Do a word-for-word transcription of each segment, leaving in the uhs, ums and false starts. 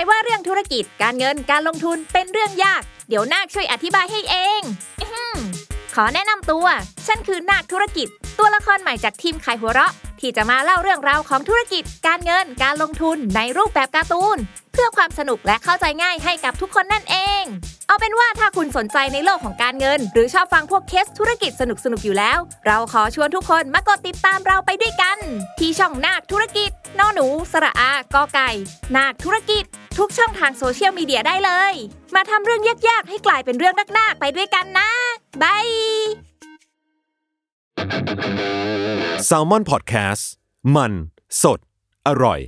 ว่าเรื่องธุรกิจการเงินการลงทุนเป็นเรื่องยากเดี๋ยวนาคช่วยอธิบายให้เองขอแนะนำตัวฉันคือนาคธุรกิจตัวละครใหม่จากทีมขายหัวเราะที่จะมาเล่าเรื่องราวของธุรกิจการเงินการลงทุนในรูปแบบการ์ตูนเพื่อความสนุกและเข้าใจง่ายให้กับทุกคนนั่นเองเอาเป็นว่าถ้าคุณสนใจในโลกของการเงินหรือชอบฟังพวกเคสธุรกิจสนุกๆอยู่แล้วเราขอชวนทุกคนมากดติดตามเราไปด้วยกันที่ช่องนาคธุรกิจนอหนูสระอากอไก่นาคธุรกิจทุกช่องทางโซเชียลมีเดียได้เลยมาทำเรื่องยากๆให้กลายเป็นเรื่องน่าๆไปด้วยกันนะบาย Salmon Podcast มันสดอร่อย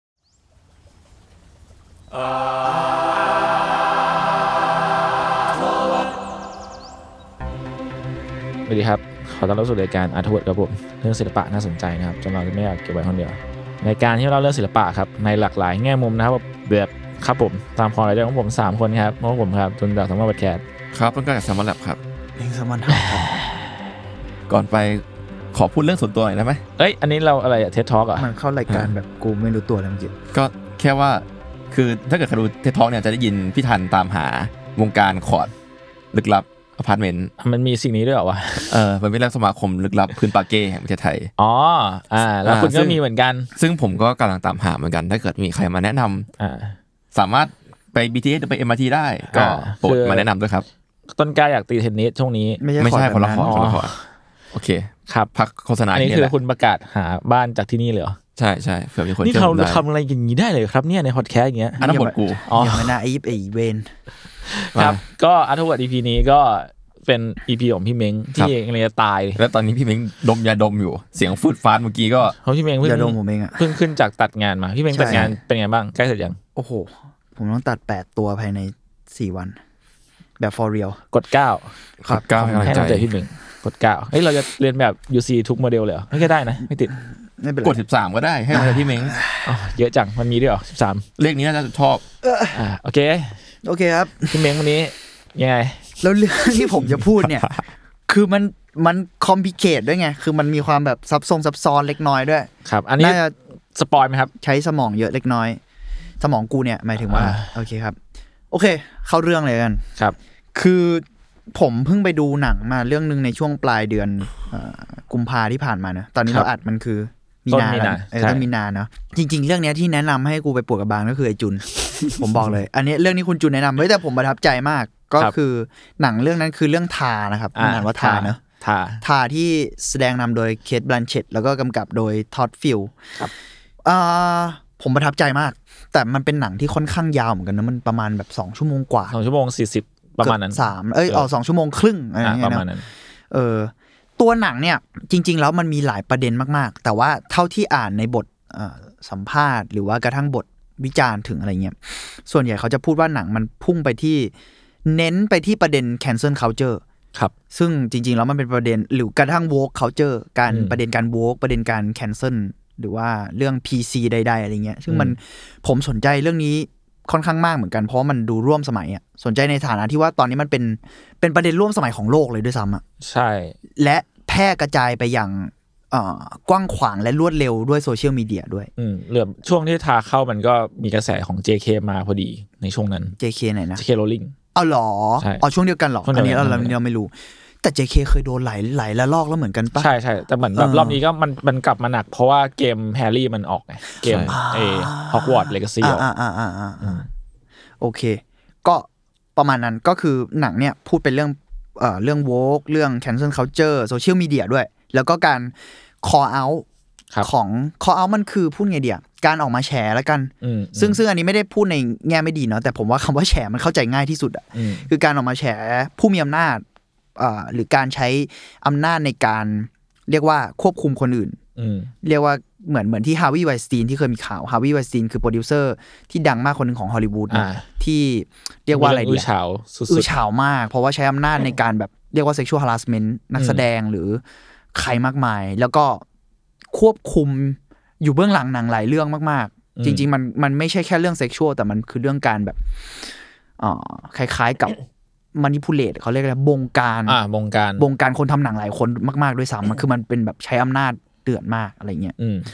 สวัสดีครับขอต้อนรับสู่รายการอาร์ทเวิร์ดครับผมเรื่องศิลปะน่าสนใจนะครับจนเราจะไม่อยากเก็บไว้คนเดียวในการที่เราเรื่องศิลปะครับในหลากหลายแง่มุมนะครับแบบครับผมตามพอรายได้ของผมสามคนครับเพราะผมครับจนจากสมมติบัตรแคสครับต้นกล้าจาก Salmon Lab ครับเอง Salmon Lab ก่อนไปขอพูดเรื่องส่วนตัวหน่อยได้ไหมเอ้ยอันนี้เราอะไรอะเทสทอล์กอ่ะมันเข้ารายการแบบกูไม่รู้ตัวแล้วเมื่อกี้ก็แค่ว่าคือถ้าเกิดใครดูเทสทอล์กเนี่ยจะได้ยินพี่ทันตามหาวงการคอร์ดลึกลับอพาร์ตเมนต์มันมีสิ่งนี้ด้วยเหรอวะเออมันเป็นเรื่องสมาคมลึกลับพื้นปาเก้แห่งประเทศไทยอ๋ออ่าแล้วคุณก็มีเหมือนกันซึ่งผมก็กำลังตามหาเหมือนกันถ้าเกิดมีใครมาแนะนำอ่าสามารถไป บี ที เอส หรือไป เอ็ม อาร์ ที ได้ก็โปรดมาแนะนำด้วยครับต้นกล้าอยากตีเทนนิสช่วงนี้ไม่ใช่คนละคอร์ดคนละคอร์ดโอเคครับพักโฆษณาอันนี้คือคุณประกาศหาบ้านจากที่นี่เลยเหรอใช่ใช่เผื่อมีคนนี่เขาทำอะไรอย่างนี้ได้เลยครับเนี่ยในพอดแคสต์อย่างเงี้ยอันนั้นบทกูอ๋อไม่น่าไอ้ไอ้เวนครับก็อาร์ทเวิร์ด อี พี นี้ก็เป็น อี พี ของพี่เม้งที่กำลังจะตายแล้วตอนนี้พี่เม้งดมยาดมอยู่เสียงฟืดฟาดเมื่อกี้ก็เขาพี่เม้งเพิ่งยาดมผมเองอ่ะเพิ่งขึ้นจากตัดงานมาพี่เม้งตัดงานเป็นไงบ้างใกล้เสร็จยังโอ้โหผมต้องตัดแปดตัวภายในสี่วันแบบ for real กดเก้าครับเก้าให้กำลังใจพี่เม้งกดเก้าเฮ้ยเราจะเรียนแบบ ยู ซี ทุกโมเดลเลยเหรอไม่ก็ได้นะไม่ติดไม่เป็นไรกดสิบสามก็ได้ให้กำลังใจพี่เม้งอ๋อเยอะจังมันมีด้วยเหรอสิบสามเลขนี้น่าจะชอบอ่าโอเคโอเคครับพี่เม้งวันนี้ยังไงแล้วเรื่องที่ผมจะพูดเนี่ยคือมันมันคอมพลิเคทด้วยไงคือมันมีความแบบซับซ้อนซับซ้อนเล็กน้อยด้วยครับอันนี้สปอยล์มั้ยครับใช้สมองเยอะเล็กน้อยสมองกูเนี่ยหมายถึงว่าโอเคครับโอเคเข้าเรื่องเลยกันครับคือผมเพิ่งไปดูหนังมาเรื่องนึงในช่วงปลายเดือนเอ่อกุมภาที่ผ่านมาเนอะตอนนี้เราอัดมันคือมีนาเออต้นมีนาเนาะจริงๆเรื่องนี้ที่แนะนำให้กูไปปวดกระบาลก็คือไอ้จุน ผมบอกเลยอันนี้เรื่องนี้คุณจุนแนะนำเฮ้ยแต่ผมประทับใจมากก็คือหนังเรื่องนั้นคือเรื่องทานะครับอ่านว่าทาเนอะทาทาที่แสดงนำโดยเคท บลันเช็ตแล้วก็กำกับโดยท็อดฟิลครับอ่าผมประทับใจมากแต่มันเป็นหนังที่ค่อนข้างยาวเหมือนกันนะมันประมาณแบบสองชั่วโมงกว่าสองชั่วโมงสี่สิบประมาณนั้นสามเอ้ยอ๋อสองชั่วโมงครึ่งอะไรอย่างเงี้ยนะเออตัวหนังเนี่ยจริงๆแล้วมันมีหลายประเด็นมากๆแต่ว่าเท่าที่อ่านในบทสัมภาษณ์หรือว่ากระทั่งบทวิจารณ์ถึงอะไรเงี้ยส่วนใหญ่เขาจะพูดว่าหนังมันพุ่งไปที่เน้นไปที่ประเด็น cancel culture ครับซึ่งจริงๆแล้วมันเป็นประเด็นหรือกระทั่ง woke culture การประเด็นการ woke ประเด็นการ cancel หรือว่าเรื่อง พี ซี ใดๆอะไรเงี้ยซึ่งมันผมสนใจเรื่องนี้ค่อนข้างมากเหมือนกันเพราะมันดูร่วมสมัยอ่ะสนใจในฐานะที่ว่าตอนนี้มันเป็นเป็นประเด็นร่วมสมัยของโลกเลยด้วยซ้ำอ่ะใช่และแพร่กระจายไปอย่างกว้างขวางและรวดเร็วด้วยโซเชียลมีเดียด้วยอืมเรื่องช่วงที่ทาเข้ามันก็มีกระแสของ เจ เค มาพอดีในช่วงนั้นเจ เค ไหนนะเจ เค Rowling อ๋อเหรออ๋อช่วงเดียวกันเหรออันนี้เราเราไม่รู้แต่ เจ เค เคยโดนหลายหลายละลอกแล้วเหมือนกันป่ะใช่ๆแต่เหมือนแบบรอบนี้ก็มันมันกลับมาหนักเพราะว่าเกมแฮร์รี่มันออกไงเกมเอ Hogwarts Legacy ออกอ่าๆๆโอเคก็ประมาณนั้นก็คือหนังเนี่ยพูดเป็นเรื่องเอ่อเรื่อง woke เรื่อง cancel culture social media ด้วยแล้วก็การ call out ของ call out มันคือพูดไงเดียวการออกมาแฉแล้วกันซึ่งซึ่งอันนี้ไม่ได้พูดในแง่ไม่ดีเนาะแต่ผมว่าคำว่าแฉมันเข้าใจง่ายที่สุดอ่ะคือการออกมาแฉผู้มีอำนาจอ่าหรือการใช้อำนาจในการเรียกว่าควบคุมคนอื่นเรียกว่าเหมือนเหมือนที่ฮาร์วีย์ ไวน์สตีนที่เคยมีข่าวฮาร์วีย์ ไวน์สตีนคือโปรดิวเซอร์ที่ดังมากคนนึงของฮอลลีวูดที่เรียกว่าอะไรดีอื้อฉาวสุดๆอื้อฉาวมากเพราะว่าใช้อำนาจในการแบบเรียกว่า sexual harassment นักแสดงหรือใครมากมายแล้วก็ควบคุมอยู่เบื้องหลังหนังหลายเรื่องมากๆจริงๆมันมันไม่ใช่แค่เรื่อง sexual แต่มันคือเรื่องการแบบอ่าคล้ายๆกับmanipulate เขาเรียกอะไรบงการอ่าบงการบงการคนทำหนังหลายคนมากๆด้วยซ้ำมันคือมันเป็นแบบใช้อำนาจเดือดมากอะไรเงี้ย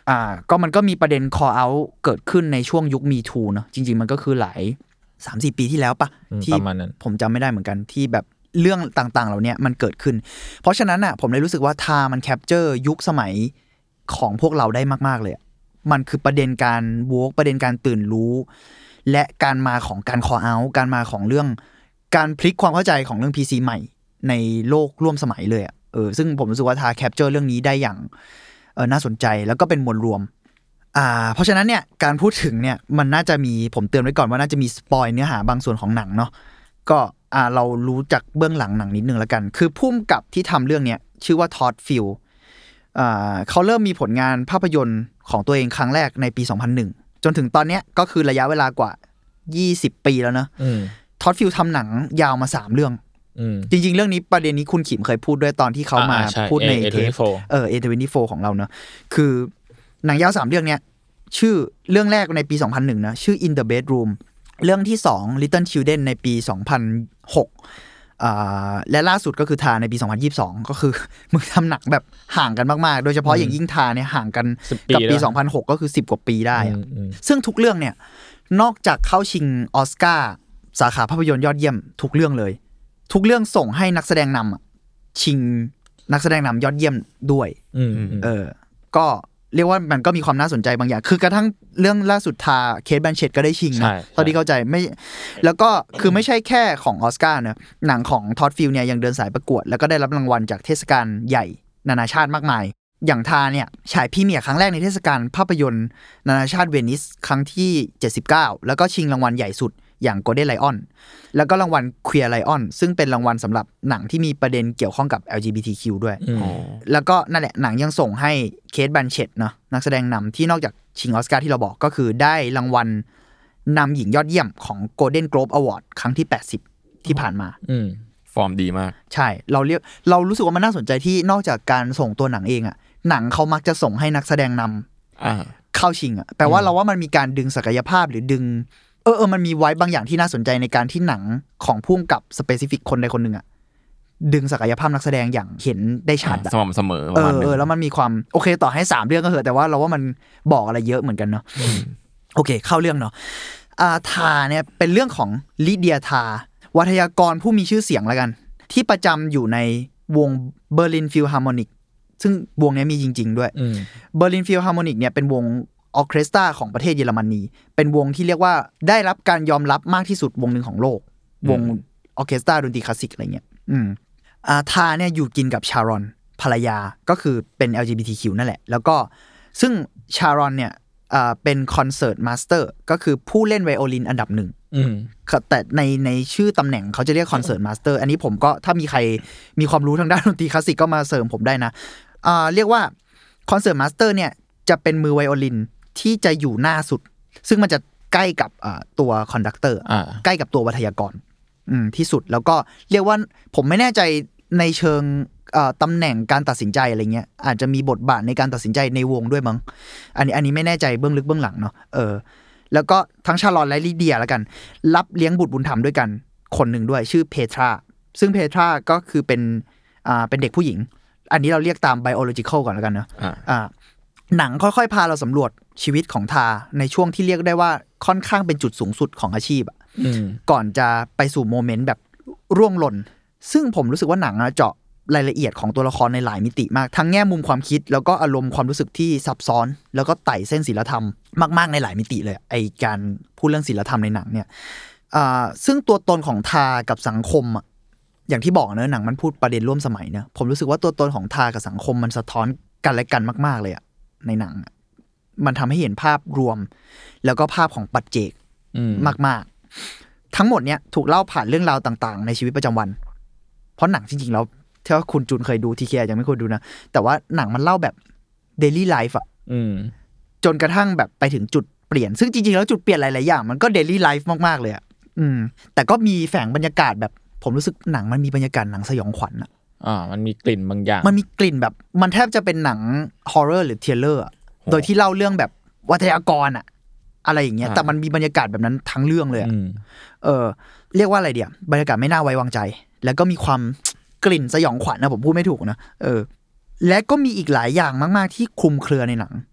อ่าก็มันก็มีประเด็น call out เกิดขึ้นในช่วงยุค Me Too เนาะจริงๆมันก็คือหลาย สามสี่ ปีที่แล้วปะที่ผมจำไม่ได้เหมือนกันที่แบบเรื่องต่างๆเหล่านี้มันเกิดขึ้นเพราะฉะนั้นอ่ะผมเลยรู้สึกว่าทามันแคปเจอร์ยุคสมัยของพวกเราได้มากๆเลยมันคือประเด็นการโวกประเด็นการตื่นรู้และการมาของการ call out การมาของเรื่องการพลิกความเข้าใจของเรื่อง พี ซี ใหม่ในโลกร่วมสมัยเลยอ่ะเออซึ่งผมรู้สึกว่าทาแคปเจอร์เรื่องนี้ได้อย่างเออน่าสนใจแล้วก็เป็นมวลรวมอ่าเพราะฉะนั้นเนี่ยการพูดถึงเนี่ยมันน่าจะมีผมเตือนไว้ก่อนว่าน่าจะมีสปอยเนื้อหาบางส่วนของหนังเนาะก็อ่าเรารู้จักเบื้องหลังหนังนิดนึงแล้วกันคือผู้กำกับที่ทำเรื่องเนี้ยชื่อว่าท็อดฟิลอ่าเขาเริ่มมีผลงานภาพยนตร์ของตัวเองครั้งแรกในปีสองพันหนึ่งจนถึงตอนเนี้ยก็คือระยะเวลากว่ายี่สิบปีแล้วเนาะท็อดฟิลทำหนังยาวมาสามเรื่องจริงๆเรื่องนี้ประเด็นนี้คุณขิมเคยพูดด้วยตอนที่เขามาพูดในเทปเออ เอ ยี่สิบสี่ ของเราเนาะคือหนังยาวสามเรื่องเนี้ยชื่อเรื่องแรกในปีสองพันหนึ่งนะชื่อ In the Bedroom เรื่องที่สอง Little Children ในปีสองพันหกอ่าและล่าสุดก็คือทาในปีสองพันยี่สิบสองก็คือมึงทำหนังแบบห่างกันมากๆโดยเฉพาะอย่างยิ่งทาเนี่ยห่างกันกับปีสองพันหกก็คือสิบกว่าปีได้อ่ะซึ่งทุกเรื่องเนี่ยนอกจากเข้าชิงออสการ์สาขาภาพยนตร์ยอดเยี่ยมทุกเรื่องเลยทุกเรื่องส่งให้นักแสดงนำชิงนักแสดงนำยอดเยี่ยมด้วยเออก็เรียกว่ามันก็มีความน่าสนใจบางอย่างคือกระทั่งเรื่องล่าสุดทาเคทแบนเชตก็ได้ชิงนะตอนที่เข้าใจไม่แล้วก็คือไม่ใช่แค่ของออสการ์นะหนังของท็อดฟิลเนี่ยยังเดินสายประกวดแล้วก็ได้รับรางวัลจากเทศกาลใหญ่นานาชาติมากมายอย่างทาเนี่ยฉายพรีเมียร์ครั้งแรกในเทศกาลภาพยนตร์นานาชาติเวนิสครั้งที่เจ็ดสิบเก้าแล้วก็ชิงรางวัลใหญ่สุดอย่าง Golden Lion แล้วก็รางวัล Queer Lion ซึ่งเป็นรางวัลสำหรับหนังที่มีประเด็นเกี่ยวข้องกับ แอล จี บี ที คิว ด้วยแล้วก็นั่นแหละหนังยังส่งให้เคท แบนเชตเนาะนักแสดงนำที่นอกจากชิงออสการ์ที่เราบอกก็คือได้รางวัลนำหญิงยอดเยี่ยมของ Golden Globe Award ครั้งที่แปดสิบที่ผ่านมาฟอร์มดีมากใช่เราเรียกเรารู้สึกว่ามันน่าสนใจที่นอกจากการส่งตัวหนังเองอะหนังเขามักจะส่งให้นักแสดงนำเข้าชิงอะแปลว่าเราว่ามันมีการดึงศักยภาพหรือดึงเออเออมันมีไว้บางอย่างที่น่าสนใจในการที่หนังของผู้กำกับสเปซิฟิกคนใดคนหนึ่งอะดึงศักยภาพนักแสดงอย่างเห็นได้ชัดสม่ำเสมอเออเออแล้วมันมีความโอเคต่อให้สามเรื่องก็เถอะแต่ว่าเราว่ามันบอกอะไรเยอะเหมือนกันเนาะโอเคเข้าเรื่องเนาะอ่าทาเนี่ยเป็นเรื่องของลิเดียทาวัทยากรผู้มีชื่อเสียงแล้วกันที่ประจำอยู่ในวงเบอร์ลินฟิลฮาร์โมนิกซึ่งวงนี้มีจริงๆด้วยเบอร์ลินฟิลฮาร์โมนิกเนี่ยเป็นวงออร์เคสตราของประเทศเยอรมนีเป็นวงที่เรียกว่าได้รับการยอมรับมากที่สุดวงหนึ่งของโลกวงออร์เคสตราดนตรีคลาสสิกอะไรเงี้ยอืมอ่าทาเนี่ยอยู่กินกับชารอนภรรยาก็คือเป็น แอล จี บี ที คิว นั่นแหละแล้วก็ซึ่งชารอนเนี่ยอ่าเป็นคอนเสิร์ตมาสเตอร์ก็คือผู้เล่นไวโอลินอันดับหนึ่งแต่ในในชื่อตำแหน่งเขาจะเรียกคอนเสิร์ตมาสเตอร์อันนี้ผมก็ถ้ามีใครมีความรู้ทางด้านดนตรีคลาสสิกก็มาเสริมผมได้นะอ่าเรียกว่าคอนเสิร์ตมาสเตอร์เนี่ยจะเป็นมือไวโอลินที่จะอยู่หน้าสุดซึ่งมันจะใกล้กับตัวคอนดักเตอร์ใกล้กับตัววัทยากรที่สุดแล้วก็เรียกว่าผมไม่แน่ใจในเชิงตำแหน่งการตัดสินใจอะไรเงี้ยอาจจะมีบทบาทในการตัดสินใจในวงด้วยมั้งอันนี้อันนี้ไม่แน่ใจเบื้องลึกเบื้องหลังเนาะเออแล้วก็ทั้งชาลอนและลิเดียแล้วกันรับเลี้ยงบุตรบุญธรรมด้วยกันคนหนึ่งด้วยชื่อเพทราซึ่งเพทราก็คือเป็นอ่าเป็นเด็กผู้หญิงอันนี้เราเรียกตาม biological ก่อนแล้วกันเนาะอ่าหนังค่อยๆพาเราสำรวจชีวิตของทาในช่วงที่เรียกได้ว่าค่อนข้างเป็นจุดสูงสุดของอาชีพอ่ะก่อนจะไปสู่โมเมนต์แบบร่วงหล่นซึ่งผมรู้สึกว่าหนังเจาะรายละเอียดของตัวละครในหลายมิติมากทั้งแง่มุมความคิดแล้วก็อารมณ์ความรู้สึกที่ซับซ้อนแล้วก็ไต่เส้นศีลธรรมมากๆในหลายมิติเลยไอการพูดเรื่องศีลธรรมในหนังเนี่ยอ่าซึ่งตัวตนของทากับสังคมอ่ะอย่างที่บอกเนอะหนังมันพูดประเด็นร่วมสมัยนะผมรู้สึกว่าตัวตนของทากับสังคมมันสะท้อนกันและกันมากๆเลยอ่ะในหนังมันทำให้เห็นภาพรวมแล้วก็ภาพของปัจเจกมากๆทั้งหมดเนี้ยถูกเล่าผ่านเรื่องราวต่างๆในชีวิตประจำวันเพราะหนังจริงๆแล้วถ้าคุณจูนเคยดูทีเคยังไม่เคยดูนะแต่ว่าหนังมันเล่าแบบ daily life อ่ะจนกระทั่งแบบไปถึงจุดเปลี่ยนซึ่งจริงๆแล้วจุดเปลี่ยนหลายๆอย่างมันก็ daily life มากๆเลยอ่ะอืมแต่ก็มีแฝงบรรยากาศแบบผมรู้สึกหนังมันมีบรรยากาศหนังสยองขวัญอ่ะอ่ามันมีกลิ่นบางอย่างมันมีกลิ่นแบบมันแทบจะเป็นหนังฮอร์เรอร์หรือเทเลอร์โดยที่เล่าเรื่องแบบวัทยากรอะอะไรอย่างเงี้ยแต่มันมีบรรยากาศแบบนั้นทั้งเรื่องเลยอะเออเรียกว่าอะไรเดียวบรรยากาศไม่น่าไว้วางใจแล้วก็มีความกลิ่นสยองขวัญนะผมพูดไม่ถูกนะเออและก็มีอีกหลายอย่างมากๆที่คลุมเครือในหนัง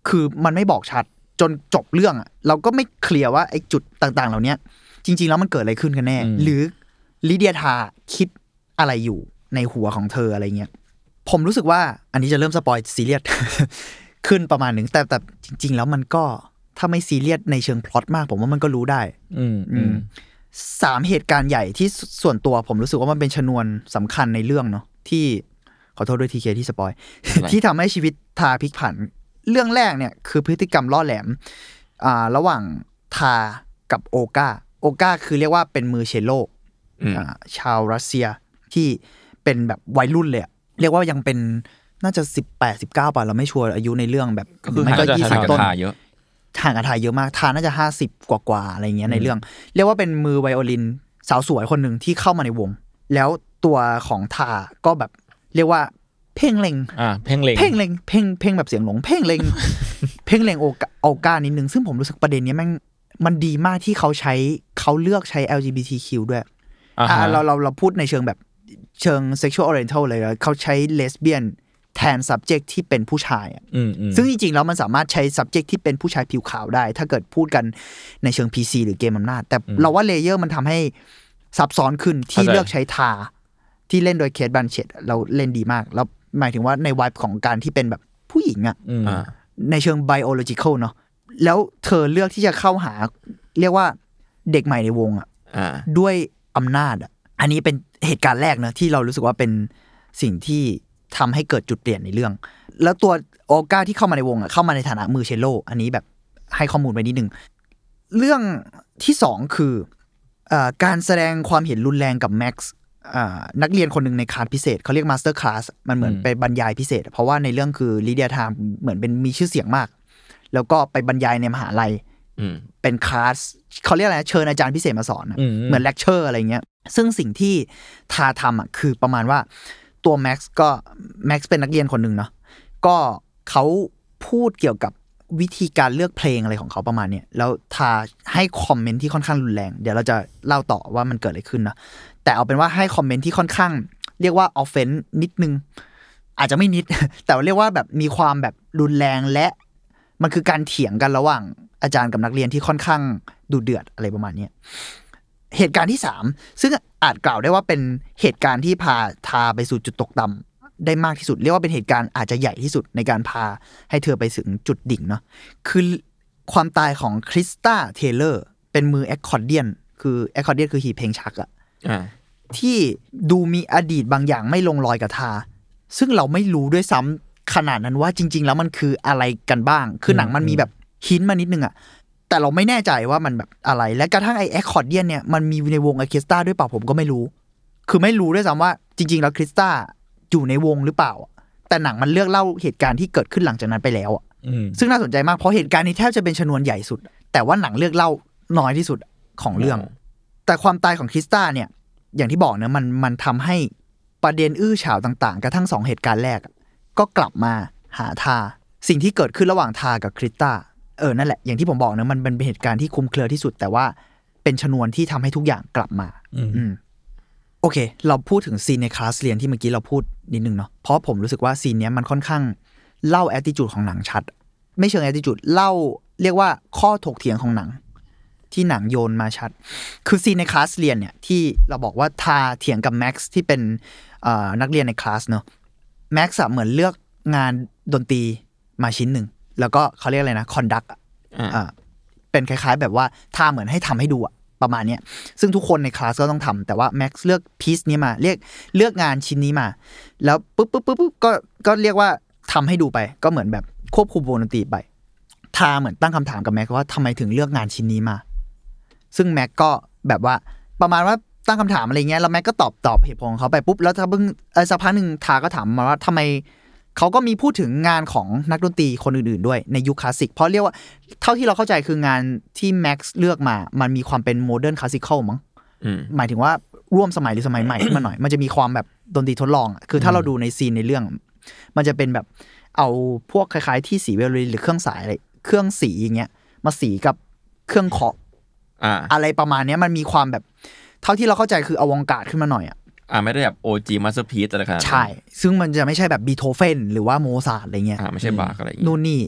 คือมันไม่บอกชัดจนจบเรื่องอ่ะเราก็ไม่เคลียร์ว่าไอ้จุดต่างๆเหล่านี้จริงๆแล้วมันเกิดอะไรขึ้นกันแน่หรือลิเดียธาคิดอะไรอยู่ในหัวของเธออะไรเงี้ยผมรู้สึกว่าอันนี้จะเริ่มสปอยซีเรียส ขึ้นประมาณหนึ่งแต่แต่จริงๆแล้วมันก็ถ้าไม่ซีเรียสในเชิงพล็อตมากผมว่ามันก็รู้ได้อืมอืมสามเหตุการณ์ใหญ่ที่ส่วนตัวผมรู้สึกว่ามันเป็นชนวนสำคัญในเรื่องเนาะที่ขอโทษด้วยทีเคที่สปอย ที่ทำให้ชีวิตทาพลิกผันเรื่องแรกเนี่ยคือพฤติกรรมล่อแหลมอ่าระหว่างทากับโอกาโอกาคือเรียกว่าเป็นมือเชลโลอ่าชาวรัสเซียที่เป็นแบบวัยรุ่นเลยเรียกว่ายังเป็นน่าจะสิบแปด สิบเก้าป่ะเราไม่ชัวร์อายุในเรื่องแบบมันก็ยี่สิบต้นเยอะห่างกันทายเยอะมากทาน่าจะห้าสิบกว่าๆอะไรเงี้ยในเรื่องเรียกว่าเป็นมือไวโอลินสาวสวยคนหนึ่งที่เข้ามาในวงแล้วตัวของทาก็แบบเรียกว่าเพ่งเล็งอ่าเพ่งเล็งเพ่งเล็งเพ่งเพ่งแบบเสียงหลงเพ่งเล็งเพ่งเล็งโอกาโอกานิดนึงซึ่งผมรู้สึกประเด็นนี้แม่งมันดีมากที่เขาใช้เขาเลือกใช้ แอล จี บี ที คิว ด้วยอ่าเราเราเราพูดในเชิงแบบเชิง sexual oriental เลยเขาใช้ lesbian แทน subject ที่เป็นผู้ชายอ่ะซึ่งจริงๆแล้วมันสามารถใช้ subject ที่เป็นผู้ชายผิวขาวได้ถ้าเกิดพูดกันในเชิง พี ซี หรือเกมอำนาจแต่เราว่าเลเยอร์มันทำให้ซับซ้อนขึ้นที่เลือกใช้ทาที่เล่นโดยเคทบันเชตเราเล่นดีมากแล้วหมายถึงว่าในวัยของการที่เป็นแบบผู้หญิงอ่ะในเชิง biological เนาะแล้วเธอเลือกที่จะเข้าหาเรียกว่าเด็กใหม่ในวงอ่ะด้วยอำนาจอ่ะอันนี้เป็นเหตุการณ์แรกเนอะที่เรารู้สึกว่าเป็นสิ่งที่ทำให้เกิดจุดเปลี่ยนในเรื่องแล้วตัวโอกาที่เข้ามาในวงอ่ะเข้ามาในฐานะมือเชลโลอันนี้แบบให้ข้อมูลไปนิดนึงเรื่องที่สองคือเอ่อการแสดงความเห็นรุนแรงกับแม็กซ์นักเรียนคนหนึ่งในคลาสพิเศษเขาเรียกมาสเตอร์คลาสมันเหมือนไปบรรยายพิเศษเพราะว่าในเรื่องคือลิเดียธาเหมือนเป็นมีชื่อเสียงมากแล้วก็ไปบรรยายในมหาลัยเป็นคลาสเขาเรียกอะไรเชิญอาจารย์พิเศษมาสอนเหมือนเลคเชอร์อะไรเงี้ยซึ่งสิ่งที่ทาทำอ่ะคือประมาณว่าตัวแม็กซ์ก็แม็กซ์เป็นนักเรียนคนหนึ่งเนาะก็เขาพูดเกี่ยวกับวิธีการเลือกเพลงอะไรของเขาประมาณเนี้ยแล้วทาให้คอมเมนต์ที่ค่อนข้างรุนแรงเดี๋ยวเราจะเล่าต่อว่ามันเกิดอะไรขึ้นนะแต่เอาเป็นว่าให้คอมเมนต์ที่ค่อนข้างเรียกว่าออฟเฟนส์นิดนึงอาจจะไม่นิด แต่เรียกว่าแบบมีความแบบรุนแรงและมันคือการเถียงกันระหว่างอาจารย์กับนักเรียนที่ค่อนข้างดุเดือดอะไรประมาณนี้เหตุการณ์ที่สามซึ่งอาจกล่าวได้ว่าเป็นเหตุการณ์ที่พาทาไปสู่จุดตกต่ำได้มากที่สุดเรียกว่าเป็นเหตุการณ์อาจจะใหญ่ที่สุดในการพาให้เธอไปถึงจุดดิ่งเนาะคือความตายของคริสตาเทเลอร์เป็นมือแอคคอร์เดียนคือแอคคอร์เดียนคือหีบเพลงชักอะที่ดูมีอดีตบางอย่างไม่ลงรอยกับทาซึ่งเราไม่รู้ด้วยซ้ำขนาดนั้นว่าจริงๆแล้วมันคืออะไรกันบ้างคือหนังมันมีแบบหินมานิดนึงอะแต่เราไม่แน่ใจว่ามันแบบอะไรและกระทั่งไอแอคคอร์เดียนเนี่ยมันมีในวงออร์เคสตราด้วยเปล่าผมก็ไม่รู้คือไม่รู้ด้วยซ้ำว่าจริงๆแล้วคริสตาอยู่ในวงหรือเปล่าแต่หนังมันเลือกเล่าเหตุการณ์ที่เกิดขึ้นหลังจากนั้นไปแล้วอ่ะซึ่งน่าสนใจมากเพราะเหตุการณ์นี้แทบจะเป็นชนวนใหญ่สุดแต่ว่าหนังเลือกเล่าน้อยที่สุดของเรื่องแต่ความตายของคริสตาเนี่ยอย่างที่บอกนะมันมันทำให้ประเด็นอื้อฉาวต่างๆกระทั่งสองเหตุการณ์แรกก็กลับมาหาทาสิ่งที่เกิดขึ้นระหว่างทากับคริสตาเออนั่นแหละอย่างที่ผมบอกนะมันเป็นเหตุการณ์ที่คลุมเครือที่สุดแต่ว่าเป็นชนวนที่ทำให้ทุกอย่างกลับมาอืมโอเคเราพูดถึงซีนในคลาสเรียนที่เมื่อกี้เราพูดนิดนึงเนาะเพราะผมรู้สึกว่าซีนนี้มันค่อนข้างเล่าแอตติจูดของหนังชัดไม่เชิงแอตติจูดเล่าเรียกว่าข้อถกเถียงของหนังที่หนังโยนมาชัดคือซีนในคลาสเรียนเนี่ยที่เราบอกว่าทาเถียงกับแม็กซ์ที่เป็นนักเรียนในคลาสเนาะแม็กซ์เหมือนเลือกงานดนตรีมาชิ้นหนึ่งแล้วก็เขาเรียกอะไรนะคอนดักอ่าเป็นคล้ายๆแบบว่าทาเหมือนให้ทำให้ดูอะประมาณนี้ซึ่งทุกคนในคลาสก็ต้องทำแต่ว่าแม็กซ์เลือกพีซนี้มาเรียกเลือกงานชิ้นนี้มาแล้วปุ๊บปุ๊บปุ๊บปุ๊บก็ก็เรียกว่าทำให้ดูไปก็เหมือนแบบควบคุมวงดนตรีไปทาเหมือนตั้งคำถามกับแม็กซ์ว่าทำไมถึงเลือกงานชิ้นนี้มาซึ่งแม็กก็แบบว่าประมาณว่าตั้งคำถามอะไรเงี้ยแล้วแม็กก็ตอบตอบเหตุผลของเขาไปปุ๊บแล้วถ้าเพิ่งเออสักพักนึงทาก็ถามมาว่าทำไมเขาก็มีพูดถึงงานของนักดนตรีคนอื่นๆด้วยในยุคคลาสสิกเพราะเรียกว่าเท่าที่เราเข้าใจคืองานที่แม็กซ์เลือกมามันมีความเป็นโมเดิร์นคลาสสิคอลมั้งหมายถึงว่าร่วมสมัยหรือสมัยใหม่ขึ้นมาหน่อยมันจะมีความแบบดนตรีทดลองคือถ้าเราดูในซีนในเรื่องมันจะเป็นแบบเอาพวกคล้ายๆที่สีไวโอลินหรือเครื่องสายอะไรเครื่องสีอย่างเงี้ยมาสีกับเครื่องเคาะอะไรประมาณนี้มันมีความแบบเท่าที่เราเข้าใจคืออวองการ์ดขึ้นมาหน่อยอ่ะอ่าไม่ได้แบบ โอ จี Masterpiece อะไรขนาดนั้นใช่ซึ่งมันจะไม่ใช่แบบบีโธเฟนหรือว่าโมซาร์ทอะไรเงี้ยอ่าไม่ใช่บาร์อะไรอย่างงี้นู่นนี่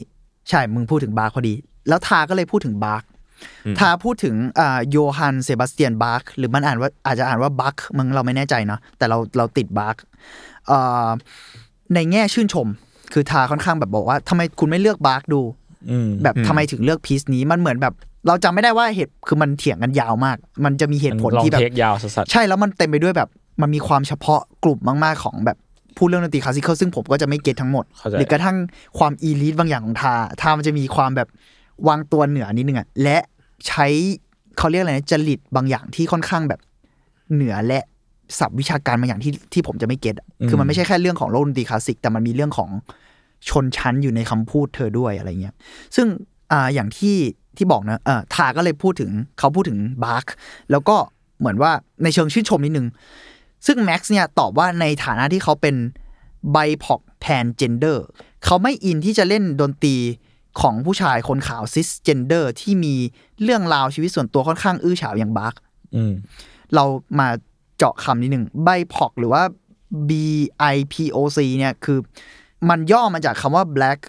ใช่มึงพูดถึงบาร์คพอดีแล้วทาก็เลยพูดถึงบาร์คทาพูดถึงอ่าโยฮันเซบาสเตียนบาร์คหรือมันอ่านว่าอาจจะอ่านว่าบัคมึงเราไม่แน่ใจนะแต่เราเราติดบาร์คเอ่อในแง่ชื่นชมคือทาค่อนข้างแบบบอกว่าทำไมคุณไม่เลือกบาร์คดูแบบทำไมถึงเลือกพีซนี้มันเหมือนแบบเราจำไม่ได้ว่าเหตุคือมันเถียงกันยาวมากมันจะมีเหตุผลที่แบบยาวสัสๆใช่แล้วมันเต็มไปด้วยแบบมันมีความเฉพาะกลุ่มมากๆของแบบพูดเรื่องดนตรีคลาสสิคอลซึ่งผมก็จะไม่เก็ตทั้งหมดหรือกระทั่งความอีลิทบางอย่างของทาทามันจะมีความแบบวางตัวเหนือนิดนึงอ่ะและใช้เขาเรียกอะไรนะจริตบางอย่างที่ค่อนข้างแบบเหนือและศัพท์วิชาการบางอย่างที่ที่ผมจะไม่เก็ตคือมันไม่ใช่แค่เรื่องของโลกดนตรีคลาสสิกแต่มันมีเรื่องของชนชั้นอยู่ในคำพูดเธอด้วยอะไรเงี้ยซึ่งอ่าอย่างที่ที่บอกนะเออทาก็เลยพูดถึงเขาพูดถึงบาร์คแล้วก็เหมือนว่าในเชิงชื่นชมนิดนึงซึ่งแม็กซ์เนี่ยตอบว่าในฐานะที่เขาเป็นไบพอกแพนเจนเดอร์เขาไม่อินที่จะเล่นดนตรีของผู้ชายคนขาวซิสเจนเดอร์ที่มีเรื่องราวชีวิตส่วนตัวค่อนข้างอื้อฉาวอย่างบาร์คเรามาเจาะคำนิดนึงไบพอกหรือว่า B I P O C เนี่ยคือมันย่อมาจากคำว่า Black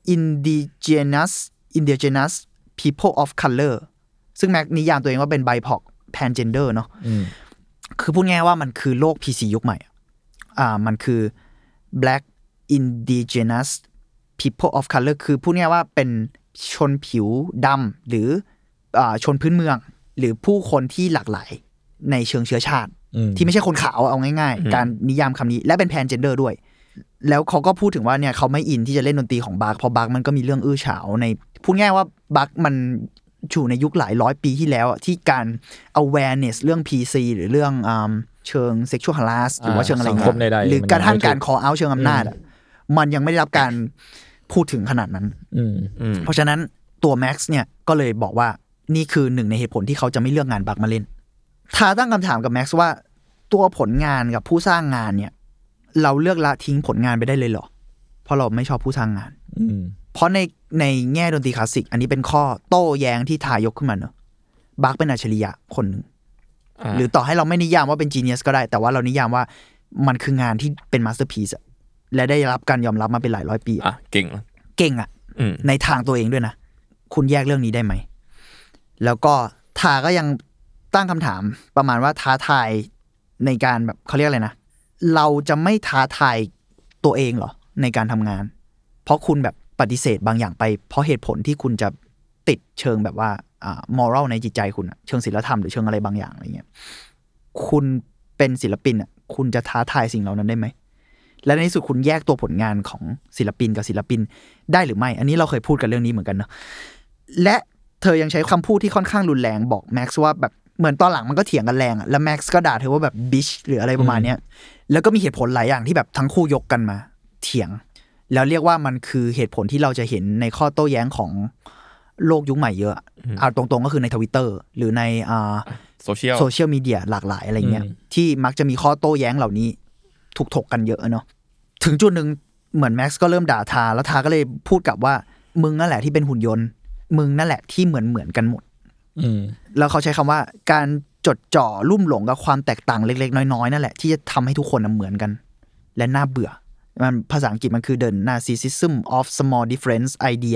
Indigenous Indigenous People of Color ซึ่งแม็กนิยามตัวเองว่าเป็นไบพอกแพนเจนเดอร์เนาะคือพูดง่ายว่ามันคือโลก พี ซี ยุคใหม่อ่ามันคือ Black Indigenous People of Color คือพูดง่ายว่าเป็นชนผิวดำหรืออ่าชนพื้นเมืองหรือผู้คนที่หลากหลายในเชิงเชื้อชาติที่ไม่ใช่คนขาวเอาง่ายๆการนิยามคำนี้และเป็นแพนเจนเดอร์ด้วยแล้วเขาก็พูดถึงว่าเนี่ยเขาไม่อินที่จะเล่นดนตรีของบาร์คเพราะบาร์คมันก็มีเรื่องอื้อฉาวในพูดง่ายว่าบาร์คมันอยู่ในยุคหลายร้อยปีที่แล้วที่การ awareness เรื่อง พี ซี หรือเรื่องอ่าเชิง sexual harass หรือว่าเชิงอะไรเงี้ยหรือกระทั่งการ call out เชิงอำนาจมันยังไม่ได้รับการพูดถึงขนาดนั้นเพราะฉะนั้นตัวแม็กซ์เนี่ยก็เลยบอกว่านี่คือหนึ่งในเหตุผลที่เขาจะไม่เลือกงานบาร์คมาเล่นถ้าตั้งคำถามกับแม็กซ์ว่าตัวผลงานกับผู้สร้างงานเนี่ยเราเลือกละทิ้งผลงานไปได้เลยเหรอเพราะเราไม่ชอบผู้สร้างงานเพราะในในแง่ดนตรีคลาสสิกอันนี้เป็นข้อโต้แย้งที่ทายกขึ้นมาเนอะบาร์คเป็นอัจฉริยะคนหนึ่งหรือต่อให้เราไม่นิยามว่าเป็นจีเนียสก็ได้แต่ว่าเรานิยามว่ามันคืองานที่เป็นมาสเตอร์พีซอะและได้รับการยอมรับมาเป็นหลายร้อยปีอ่ะเก่งเก่งอะในทางตัวเองด้วยนะคุณแยกเรื่องนี้ได้ไหมแล้วก็ทาก็ยังตั้งคำถามประมาณว่าท้าทายในการแบบเขาเรียกอะไรนะเราจะไม่ท้าทายตัวเองเหรอในการทำงานเพราะคุณแบบปฏิเสธบางอย่างไปเพราะเหตุผลที่คุณจะติดเชิงแบบว่าอ่ามอรัลในจิตใจคุณเชิงศีลธรรมหรือเชิงอะไรบางอย่างอะไรเงี้ยคุณเป็นศิลปินอ่ะคุณจะท้าทายสิ่งเหล่านั้นได้ไหมและในที่สุดคุณแยกตัวผลงานของศิลปินกับศิลปินได้หรือไม่อันนี้เราเคยพูดกันเรื่องนี้เหมือนกันเนาะและเธอยังใช้คำพูดที่ค่อนข้างรุนแรงบอกแม็กซ์ว่าแบบเหมือนตอนหลังมันก็เถียงกันแรงอ่ะแล้วแม็กซ์ก็ด่าเธอว่าแบบบิชหรืออะไรประมาณเนี้ยแล้วก็มีเหตุผลหลายอย่างที่แบบทั้งคู่ยกกันมาเถียงแล้วเรียกว่ามันคือเหตุผลที่เราจะเห็นในข้อโต้แย้งของโลกยุคใหม่เยอะเอาตรงๆก็คือใน Twitter หรือในอ่าโซเชียลโซเชียลมีเดียหลากหลายอะไรเงี้ยที่มักจะมีข้อโต้แย้งเหล่านี้ถูกถกกันเยอะเนาะถึงจุดนึงเหมือนแม็กซ์ก็เริ่มด่าทาแล้วทาก็เลยพูดกลับว่ามึงนั่นแหละที่เป็นหุ่นยนต์มึงนั่นแหละที่เหมือนเหมือนกันหมดแล้วเขาใช้คำว่าการจดจ่อลุ่มหลงกับความแตกต่างเล็กๆน้อยๆนั่นแหละที่จะทำให้ทุกคนเหมือนกันและน่าเบื่อมันภาษาอังกฤษมันคือ the narcissism of small difference idea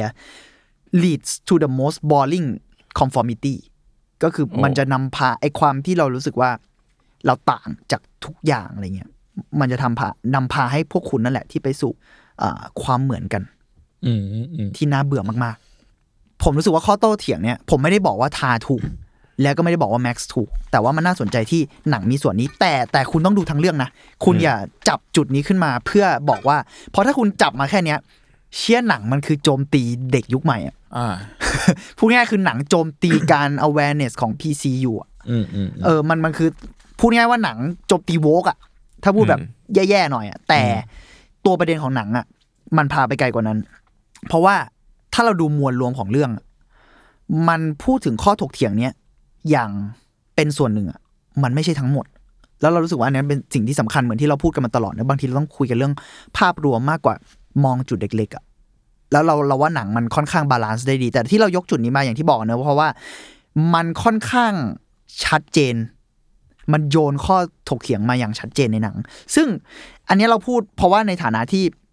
leads to the most boring conformity ก็คือมันจะนำพาไอ้ความที่เรารู้สึกว่าเราต่างจากทุกอย่างอะไรเงี้ยมันจะทำพานำพาให้พวกคุณนั่นแหละที่ไปสู่ความเหมือนกันที่น่าเบื่อมากๆผมรู้สึกว่าข้อโต้เถียงเนี่ยผมไม่ได้บอกว่าทาถูกแล้วก็ไม่ได้บอกว่าแม็กซ์ถูกแต่ว่ามันน่าสนใจที่หนังมีส่วนนี้แต่แต่คุณต้องดูทั้งเรื่องนะคุณอย่าจับจุดนี้ขึ้นมาเพื่อบอกว่าเพราะถ้าคุณจับมาแค่เนี้ยเชี่ยหนังมันคือโจมตีเด็กยุคใหม่อ่ะพูดง่ายๆคือหนังโจมตีการ awareness ของ พี ซี อยู่อ่ะเออมันมันคือพูดง่ายว่าหนังโจมตีโวกอ่ะถ้าพูดแบบแย่ๆหน่อยอ่ะแต่ตัวประเด็นของหนังอ่ะมันพาไปไกลกว่านั้นเพราะว่าถ้าเราดูมวลรวมของเรื่องมันพูดถึงข้อถกเถียงเนี้ยอย่างเป็นส่วนหนึ่งอ่ะมันไม่ใช่ทั้งหมดแล้วเรารู้สึกว่าอันนี้เป็นสิ่งที่สำคัญเหมือนที่เราพูดกันมาตลอดนะบางทีเราต้องคุยกันเรื่องภาพรวมมากกว่ามองจุดเล็กๆอ่ะแล้วเราเราว่าหนังมันค่อนข้างบาลานซ์ได้ดีแต่ที่เรายกจุดนี้มาอย่างที่บอกนะเพราะว่ามันค่อนข้างชัดเจนมันโยนข้อถกเถียงมาอย่างชัดเจนในหนังซึ่งอันนี้เราพูดเพราะว่าในฐานะที่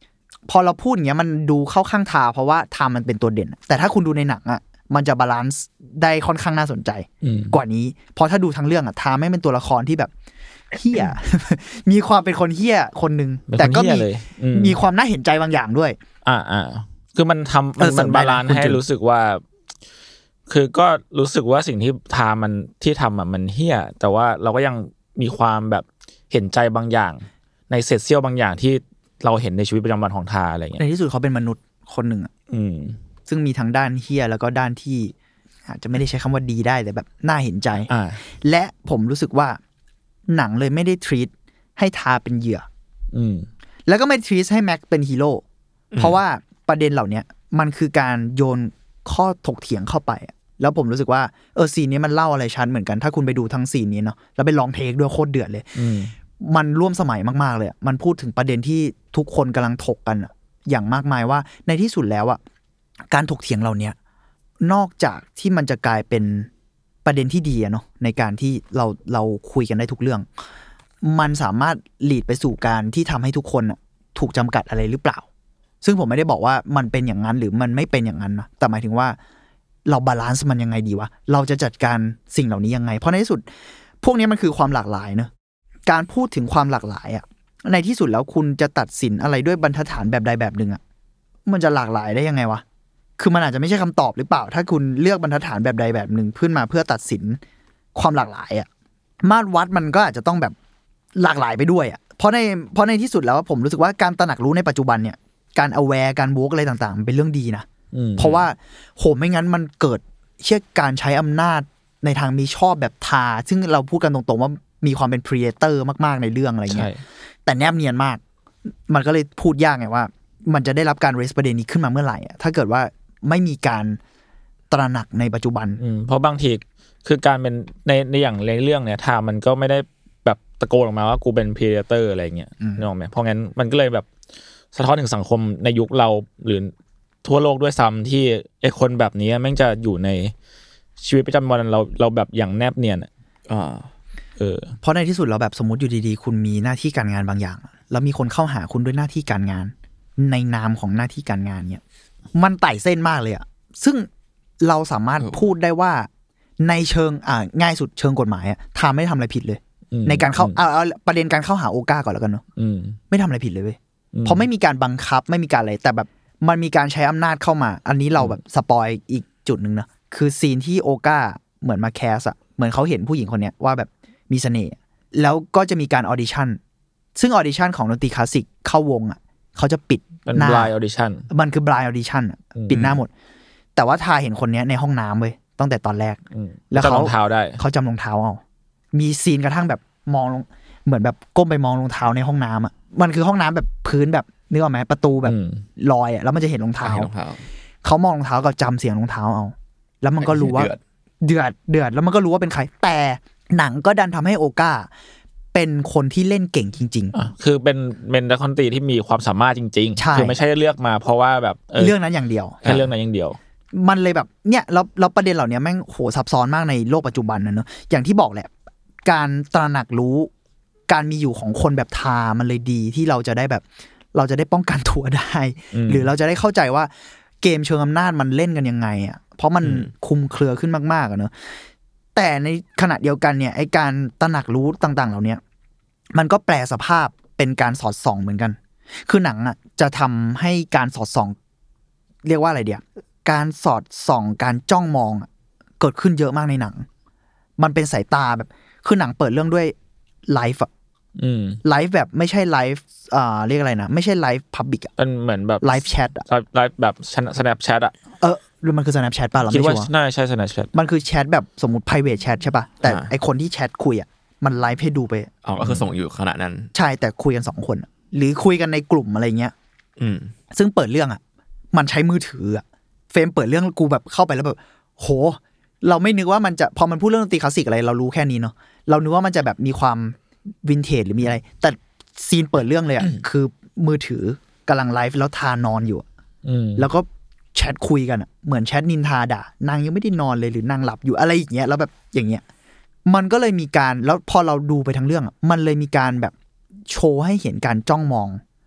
พอเราพูดอย่างเงี้ยมันดูเข้าข้างทาเพราะว่าทามันเป็นตัวเด่นแต่ถ้าคุณดูในหนังอ่ะมันจะบาลานซ์ได้ค่อนข้างน่าสนใจกว่านี้เพราะถ้าดูทั้งเรื่องอ่ะทาไม่เป็นตัวละครที่แบบเหี้ย มีความเป็นคนเหี้ยคนนึงแต่ก็มีมีความน่าเห็นใจบางอย่างด้วยอ่าอ่าคือมันทำมันมันบาลานซ์ให้รู้สึกว่าคือก็รู้สึกว่าสิ่งที่ทามันที่ทำอ่ะมันเหี้ยแต่ว่าเราก็ยังมีความแบบเห็นใจบางอย่างในเศษเสี้ยวบางอย่างที่เราเห็นในชีวิตประจำวันของทาอะไรเงี้ยในที่สุดเขาเป็นมนุษย์คนหนึ่งอ่ะซึ่งมีทั้งด้านเหี้ยแล้วก็ด้านที่อาจจะไม่ได้ใช้คำว่าดีได้แต่แบบน่าเห็นใจและผมรู้สึกว่าหนังเลยไม่ได้ทรีตให้ทาเป็นเหยื่อแล้วก็ไม่ทรีตให้แม็กเป็นฮีโร่เพราะว่าประเด็นเหล่านี้มันคือการโยนข้อถกเถียงเข้าไปแล้วผมรู้สึกว่าเออซีนนี้มันเล่าอะไรชัดเหมือนกันถ้าคุณไปดูทั้งซีนนี้เนาะแล้วไปลองเทคด้วยโคตรเดือดเลยมันร่วมสมัยมากๆเลยมันพูดถึงประเด็นที่ทุกคนกำลังถกกันอย่างมากมายว่าในที่สุดแล้วอ่ะการถกเถียงเหล่านี้นอกจากที่มันจะกลายเป็นประเด็นที่ดีเนาะในการที่เราเราคุยกันได้ทุกเรื่องมันสามารถลีดไปสู่การที่ทำให้ทุกคนถูกจำกัดอะไรหรือเปล่าซึ่งผมไม่ได้บอกว่ามันเป็นอย่างนั้นหรือมันไม่เป็นอย่างนั้นนะแต่หมายถึงว่าเราบาลานซ์มันยังไงดีวะเราจะจัดการสิ่งเหล่านี้ยังไงเพราะในที่สุดพวกนี้มันคือความหลากหลายเนอะการพูดถึงความหลากหลายอ่ะในที่สุดแล้วคุณจะตัดสินอะไรด้วยบรรทัดฐานแบบใดแบบหนึ่งอ่ะมันจะหลากหลายได้ยังไงวะคือมันอาจจะไม่ใช่คำตอบหรือเปล่าถ้าคุณเลือกบรรทัดฐานแบบใดแบบหนึ่งขึ้นมาเพื่อตัดสินความหลากหลายอ่ะมาตรวัดมันก็อาจจะต้องแบบหลากหลายไปด้วยอ่ะเพราะในเพราะในที่สุดแล้วผมรู้สึกว่าการตระหนักรู้ในปัจจุบันเนี่ยการ aware การ work อะไรต่างๆมันเป็นเรื่องดีนะเพราะว่าโหไม่งั้นมันเกิดเชื่อการใช้อำนาจในทางมีชอบแบบทาซึ่งเราพูดกันตรงๆว่ามีความเป็น predator มากๆในเรื่องอะไรเงี้ยแต่แนบเนียนมากมันก็เลยพูดยากไงว่ามันจะได้รับการ raise ประเด็นนี้ขึ้นมาเมื่อไหร่อ่ะถ้าเกิดว่าไม่มีการตระหนักในปัจจุบันเพราะบางทีคือการเป็นในในอย่างในเรื่องเนี่ยทามันก็ไม่ได้แบบตะโกนออกมาว่ากูเป็น predator อะไรเงี้ยนึกออกไหมเพราะงั้นมันก็เลยแบบสะท้อนถึงสังคมในยุคเราหรือทั่วโลกด้วยซ้ำที่ไอ้คนแบบนี้แม่งจะอยู่ในชีวิตประจำวันเราเราแบบอย่างแนบเนียนอ่าเออเพราะในที่สุดเราแบบสมมติอยู่ดีๆคุณมีหน้าที่การงานบางอย่างแล้วมีคนเข้าหาคุณด้วยหน้าที่การงานในนามของหน้าที่การงานเนี่ยมันไต่เส้นมากเลยอ่ะซึ่งเราสามารถพูดได้ว่าในเชิงอ่าง่ายสุดเชิงกฎหมายอ่ะทำไม่ทำอะไรผิดเลยในการเข้าเอาเอาประเด็นการเข้าหาโอก้าก่อนแล้วกันเนาะไม่ทำอะไรผิดเลยเว้ยเพราะไม่มีการบังคับไม่มีการอะไรแต่แบบมันมีการใช้อำนาจเข้ามาอันนี้เราแบบสปอยอีกจุดนึงนะคือซีนที่โอก้าเหมือนมาแคสอะเหมือนเขาเห็นผู้หญิงคนเนี้ยว่าแบบมีเสน่ห์แล้วก็จะมีการออดิชั่นซึ่งออดิชั่นของดนตรีคลาสสิกเข้าวงอะเขาจะปิดหน้า blind audition มันคือ blind audition อะปิดหน้าหมดแต่ว่าทาเห็นคนเนี้ยในห้องน้ำเว้ยตั้งแต่ตอนแรกแล้วเขาจำรองเท้าได้เขาจำรองเท้าเอามีซีนกระทั่งแบบมองเหมือนแบบก้มไปมองรองเท้าในห้องน้ำอะมันคือห้องน้ำแบบพื้นแบบนึกออกไหมประตูแบบลอยอ่ะแล้วมันจะเห็นรองเท้าเขามองรองเท้าก็จำเสียงรองเท้าเอาแล้วมันก็รู้ว่าเดือดเดือดแล้วมันก็รู้ว่าเป็นใครแต่หนังก็ดันทำให้โอก้าเป็นคนที่เล่นเก่งจริงๆคือเป็นเป็นนักดนตรีที่มีความสามารถจริงๆคือไม่ใช่เลือกมาเพราะว่าแบบเรื่องนั้นอย่างเดียวแค่เรื่องนั้นอย่างเดียวมันเลยแบบเนี่ยแล้วแล้วประเด็นเหล่านี้แม่งโหซับซ้อนมากในโลกปัจจุบันนะเนอะอย่างที่บอกแหละการตระหนักรู้การมีอยู่ของคนแบบทามันเลยดีที่เราจะได้แบบเราจะได้ป้องกันตัวได้หรือเราจะได้เข้าใจว่าเกมเชิงอำนาจมันเล่นกันยังไงอ่ะเพราะมันคุมเครือขึ้นมากๆอ่ะเนอะแต่ในขณะเดียวกันเนี่ยไอ้การตระหนักรู้ต่างๆเหล่านี้มันก็แปลสภาพเป็นการสอดส่องเหมือนกันคือหนังอ่ะจะทำให้การสอดส่องเรียกว่าอะไรเดียวการสอดส่องการจ้องมองเกิดขึ้นเยอะมากในหนังมันเป็นสายตาแบบคือหนังเปิดเรื่องด้วยไลฟ์อะไลฟ์แบบไม่ใช่ไลฟ์อ่าเรียกอะไรนะไม่ใช่ไลฟ์พับบิกอ่ะเป็นเหมือนแบบไลฟ์แชทอะไลฟ์แบบ Snapchat อ่ะเออหรือมันคือ Snapchat ป่ะเราไม่ชัวร์คิดว่าน่าใช่ Snapchat มันคือแชทแบบสมมุติ private chat ใช่ป่ะแต่ไอคนที่แชทคุยอ่ะมันไลฟ์ให้ดูไปอ๋อก็คือส่งอยู่ขณะนั้นใช่แต่คุยกันสองคนหรือคุยกันในกลุ่มอะไรเงี้ยอืมซึ่งเปิดเรื่องอ่ะมันใช้มือถืออ่ะเฟรมเปิดเรื่องกูแบบเข้าไปแล้วแบบโหเราไม่นึกว่ามันจะพอมันพูดเรื่องดนตรีคลาสสิกอะไรเรารู้แค่นี้เนาะเรานึกว่ามันจะแบบมีความวินเทจหรือมีอะไรแต่ซีนเปิดเรื่องเลยอ่ะคือมือถือกำลังไลฟ์แล้วทานอนอยู่แล้วก็แชทคุยกันอ่ะเหมือนแชทนินทาด่านางยังไม่ได้นอนเลยหรือนางหลับอยู่อะไรอย่างเงี้ยแล้วแบบอย่างเงี้ยมันก็เลยมีการแล้วพอเราดูไปทั้งเรื่องมันเลยมีการแบบโชว์ให้เห็นการจ้องมอง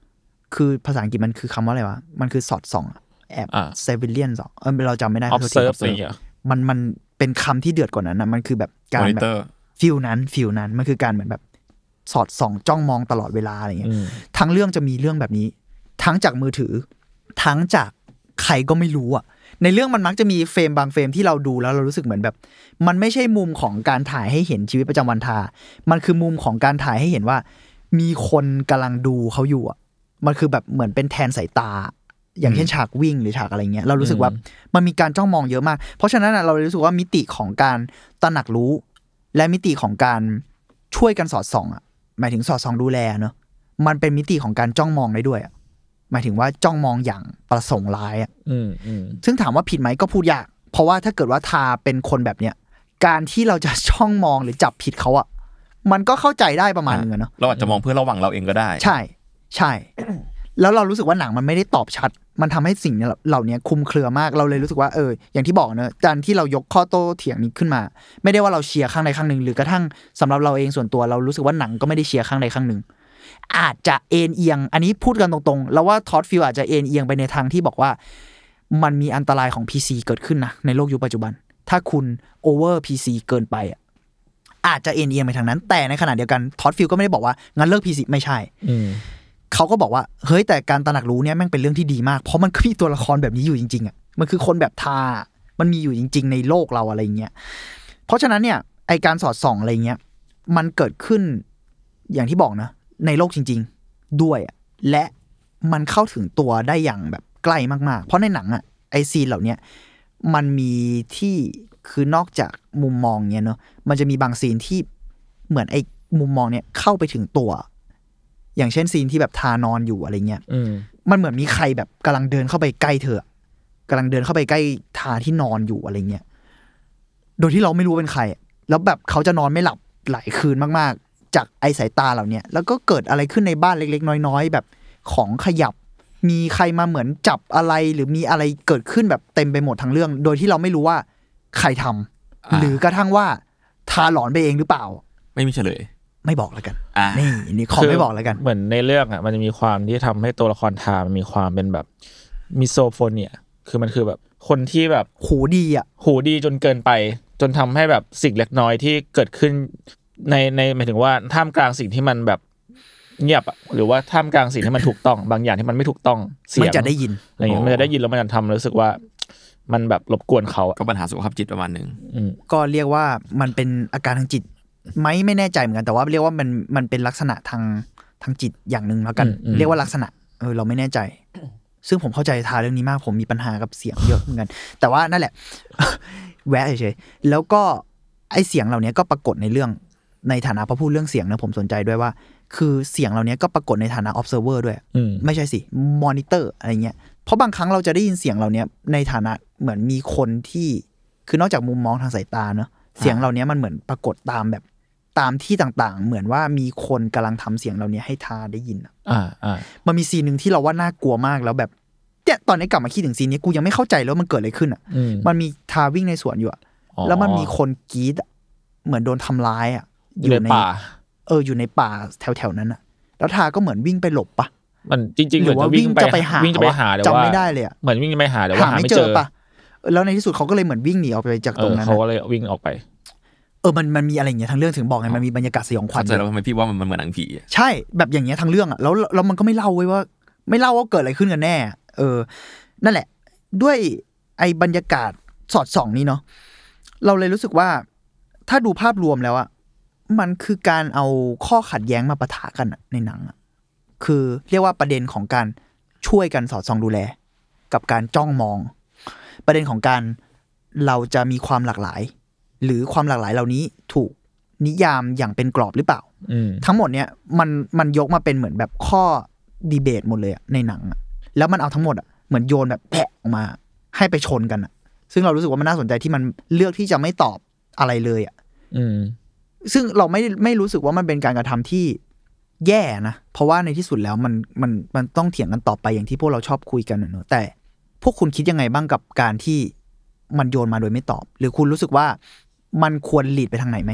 คือภาษาอังกฤษมันคือคำว่าอะไรวะมันคือสอดส่องแอบ surveillance สองเออเราจำไม่ได้ observe อะไรอย่างเงี้ยมันมันเป็นคำที่เดือดกว่านั้นนะมันคือแบบการแบบฟิลนั้นฟิลนั้นมันคือการเหมือนแบบสอดส่องจ้องมองตลอดเวลาอะไรเงี้ยทั้งเรื่องจะมีเรื่องแบบนี้ทั้งจากมือถือทั้งจากใครก็ไม่รู้อ่ะในเรื่องมันมักจะมีเฟรมบางเฟรมที่เราดูแล้วเรารู้สึกเหมือนแบบมันไม่ใช่มุมของการถ่ายให้เห็นชีวิตประจำวันทามันคือมุมของการถ่ายให้เห็นว่ามีคนกำลังดูเขาอยู่อ่ะมันคือแบบเหมือนเป็นแทนสายตาอย่างเช่นฉากวิ่งหรือฉากอะไรเงี้ยเรารู้สึกว่ามันมีการจ้องมองเยอะมากเพราะฉะนั้นเรารู้สึกว่ามิติของการตระหนักรู้และมิติของการช่วยกันสอดส่องอ่ะหมายถึงสอดส่องดูแลเนอะมันเป็นมิติของการจ้องมองได้ด้วยอ่ะหมายถึงว่าจ้องมองอย่างประสงค์ร้ายอ่ะซึ่งถามว่าผิดไหมก็พูดยากเพราะว่าถ้าเกิดว่าทาเป็นคนแบบเนี้ยการที่เราจะจ้องมองหรือจับผิดเขาอ่ะมันก็เข้าใจได้ประมาณนึงเนอะเราอาจจะมองเพื่อระวังเราเองก็ได้ใช่ใช่ แล้วเรารู้สึกว่าหนังมันไม่ได้ตอบชัดมันทำให้สิ่งเหล่านี้คลุมเครือมากเราเลยรู้สึกว่าเอออย่างที่บอกเนอะการที่เรายกข้อโต้เถียงนี้ขึ้นมาไม่ได้ว่าเราเชียร์ข้างใดข้างหนึ่งหรือกระทั่งสำหรับเราเองส่วนตัวเรารู้สึกว่าหนังก็ไม่ได้เชียร์ข้างใดข้างหนึ่งอาจจะเอ็นเอียงอันนี้พูดกันตรงๆแล้วว่าท็อดฟิลอาจจะเอ็นเอียงไปในทางที่บอกว่ามันมีอันตรายของ พี ซี เกิดขึ้นนะในโลกยุคปัจจุบันถ้าคุณโอเวอร์ พี ซี เกินไปอ่ะอาจจะเอ็นเอียงไปทางนั้นแต่ในขณะเดียวกันท็อดฟิลก็ไม่ได้บอกว่างั้นเลิก พี ซี ไม่ใช่เขาก็บอกว่าเฮ้ยแต่การตระหนักรู้เนี่ยแม่งเป็นเรื่องที่ดีมากเพราะมันก็มีตัวละครแบบนี้อยู่จริงๆอ่ะมันคือคนแบบทามันมีอยู่จริงๆในโลกเราอะไรเงี้ยเพราะฉะนั้นเนี่ยไอการสอดส่องอะไรเงี้ยมันเกิดขึ้นอย่างที่บอกนะในโลกจริงๆด้วยอ่ะและมันเข้าถึงตัวได้อย่างแบบใกล้มากๆเพราะในหนังอ่ะไอซีนเหล่านี้มันมีที่คือนอกจากมุมมองเนี้ยเนาะมันจะมีบางซีนที่เหมือนไอมุมมองเนี้ยเข้าไปถึงตัวอย่างเช่นซีนที่แบบทานอนอยู่อะไรเงี้ยมันเหมือนมีใครแบบกำลังเดินเข้าไปใกล้เธอกำลังเดินเข้าไปใกล้ทาที่นอนอยู่อะไรเงี้ยโดยที่เราไม่รู้เป็นใครแล้วแบบเขาจะนอนไม่หลับหลายคืนมากๆจากไอสายตาเหล่านี้แล้วก็เกิดอะไรขึ้นในบ้านเล็กๆน้อยๆแบบของขยับมีใครมาเหมือนจับอะไรหรือมีอะไรเกิดขึ้นแบบเต็มไปหมดทั้งเรื่องโดยที่เราไม่รู้ว่าใครทำหรือกระทั่งว่าทาหลอนไปเองหรือเปล่าไม่มีเฉลยไม่บอกแล้วกันนี่นี่ขอไม่บอกแล้วกันเหมือนในเรื่องอ่ะมันจะมีความที่ทำให้ตัวละครทามันมีความเป็นแบบมิโซโฟเนียคือมันคือแบบคนที่แบบหูดีอ่ะหูดีจนเกินไปจนทำให้แบบสิ่งเล็กน้อยที่เกิดขึ้นในในหมายถึงว่าท่ามกลางสิ่งที่มันแบบเงียบอ่ะหรือว่าท่ามกลางสิ่งที่มันถูกต้องบางอย่างที่มันไม่ถูกต้องเสียงมันจะได้ยินอะไรอย่างเงี้ยมันจะได้ยินแล้วมันจะทำรู้สึกว่ามันแบบรบกวนเขาก็ปัญหาสุขภาพจิตประมาณนึงก็เรียกว่ามันเป็นอาการทางจิตไม่ไม่แน่ใจเหมือนกันแต่ว่าเรียกว่ามันมันเป็นลักษณะทางทางจิตอย่างนึงแล้วกันเรียกว่าลักษณะเออเราไม่แน่ใจซึ่งผมเข้าใจทาเรื่องนี้มากผมมีปัญหากับเสียงเยอะเหมือนกันแต่ว่านั่นแหละ แวะเฉยๆแล้วก็ไอเสียงเหล่านี้ก็ปรากฏในเรื่องในฐานะพอพูดเรื่องเสียงนะผมสนใจด้วยว่าคือเสียงเหล่านี้ก็ปรากฏในฐานะ observer ด้วยไม่ใช่สิ monitor อะไรเงี้ยเพราะบางครั้งเราจะได้ยินเสียงเหล่านี้ในฐานะเหมือนมีคนที่คือนอกจากมุมมองทางสายตาเนอะเสียงเหล่านี้มันเหมือนปรากฏตามแบบตามที่ต่างๆเหมือนว่ามีคนกำลังทำเสียงเหล่านี้ให้ทาได้ยินอ่าอ่ามันมีซีนนึงที่เราว่าน่ากลัวมากแล้วแบบเนี่ยตอนนี้กลับมาคิดถึงซีนนี้กูยังไม่เข้าใจแล้วมันเกิดอะไรขึ้นอ่ะมันมีทาวิ่งในสวนอยู่อ่ะแล้วมันมีคนกรี๊ดเหมือนโดนทำร้ายอ่ะอยู่ในป่าเอออยู่ในป่าแถวๆนั้นอ่ะแล้วทาก็เหมือนวิ่งไปหลบปะมันจริงๆเหมือนจะวิ่งไปหาวิ่งจะไปหาแต่ว่าจำไม่ได้เลยอ่ะเหมือนวิ่งไปหาแต่ว่าหาไม่เจอปะแล้วในที่สุดเขาก็เลยเหมือนวิ่งหนีออกไปจากตรงนั้นเขาก็เลยวิ่งออกไปเออมันมันมีอะไรอย่างเงี้ยทั้งเรื่องถึงบอกไงมันมีบรรยากาศสยองขวัญแต่แล้วทำไมพี่ว่ามันเหมือนหนังผีใช่แบบอย่างเงี้ยทั้งเรื่องอ่ะแล้วแล้วมันก็ไม่เล่าไว้ว่าไม่เล่าว่าเกิดอะไรขึ้นกันแน่เออนั่นแหละด้วยไอ้บรรยากาศสอดส่องนี้เนาะเราเลยรู้สึกว่าถ้าดูภาพรวมแล้วอ่ะมันคือการเอาข้อขัดแย้งมาปะทะกันในหนังอ่ะคือเรียกว่าประเด็นของการช่วยกันสอดส่องดูแลกับการจ้องมองประเด็นของการเราจะมีความหลากหลายหรือความหลากหลายเหล่านี้ถูกนิยามอย่างเป็นกรอบหรือเปล่าทั้งหมดเนี้ยมันมันยกมาเป็นเหมือนแบบข้อดีเบตหมดเลยในหนังแล้วมันเอาทั้งหมดอ่ะเหมือนโยนแบบแพะออกมาให้ไปชนกันอ่ะซึ่งเรารู้สึกว่ามันน่าสนใจที่มันเลือกที่จะไม่ตอบอะไรเลยอ่ะซึ่งเราไม่ไม่รู้สึกว่ามันเป็นการกระทำที่แย่นะเพราะว่าในที่สุดแล้วมันมันมันต้องเถียงกันต่อไปอย่างที่พวกเราชอบคุยกันเนอะแต่พวกคุณคิดยังไงบ้างกับการที่มันโยนมาโดยไม่ตอบหรือคุณรู้สึกว่ามันควรหลีดไปทางไหนไหม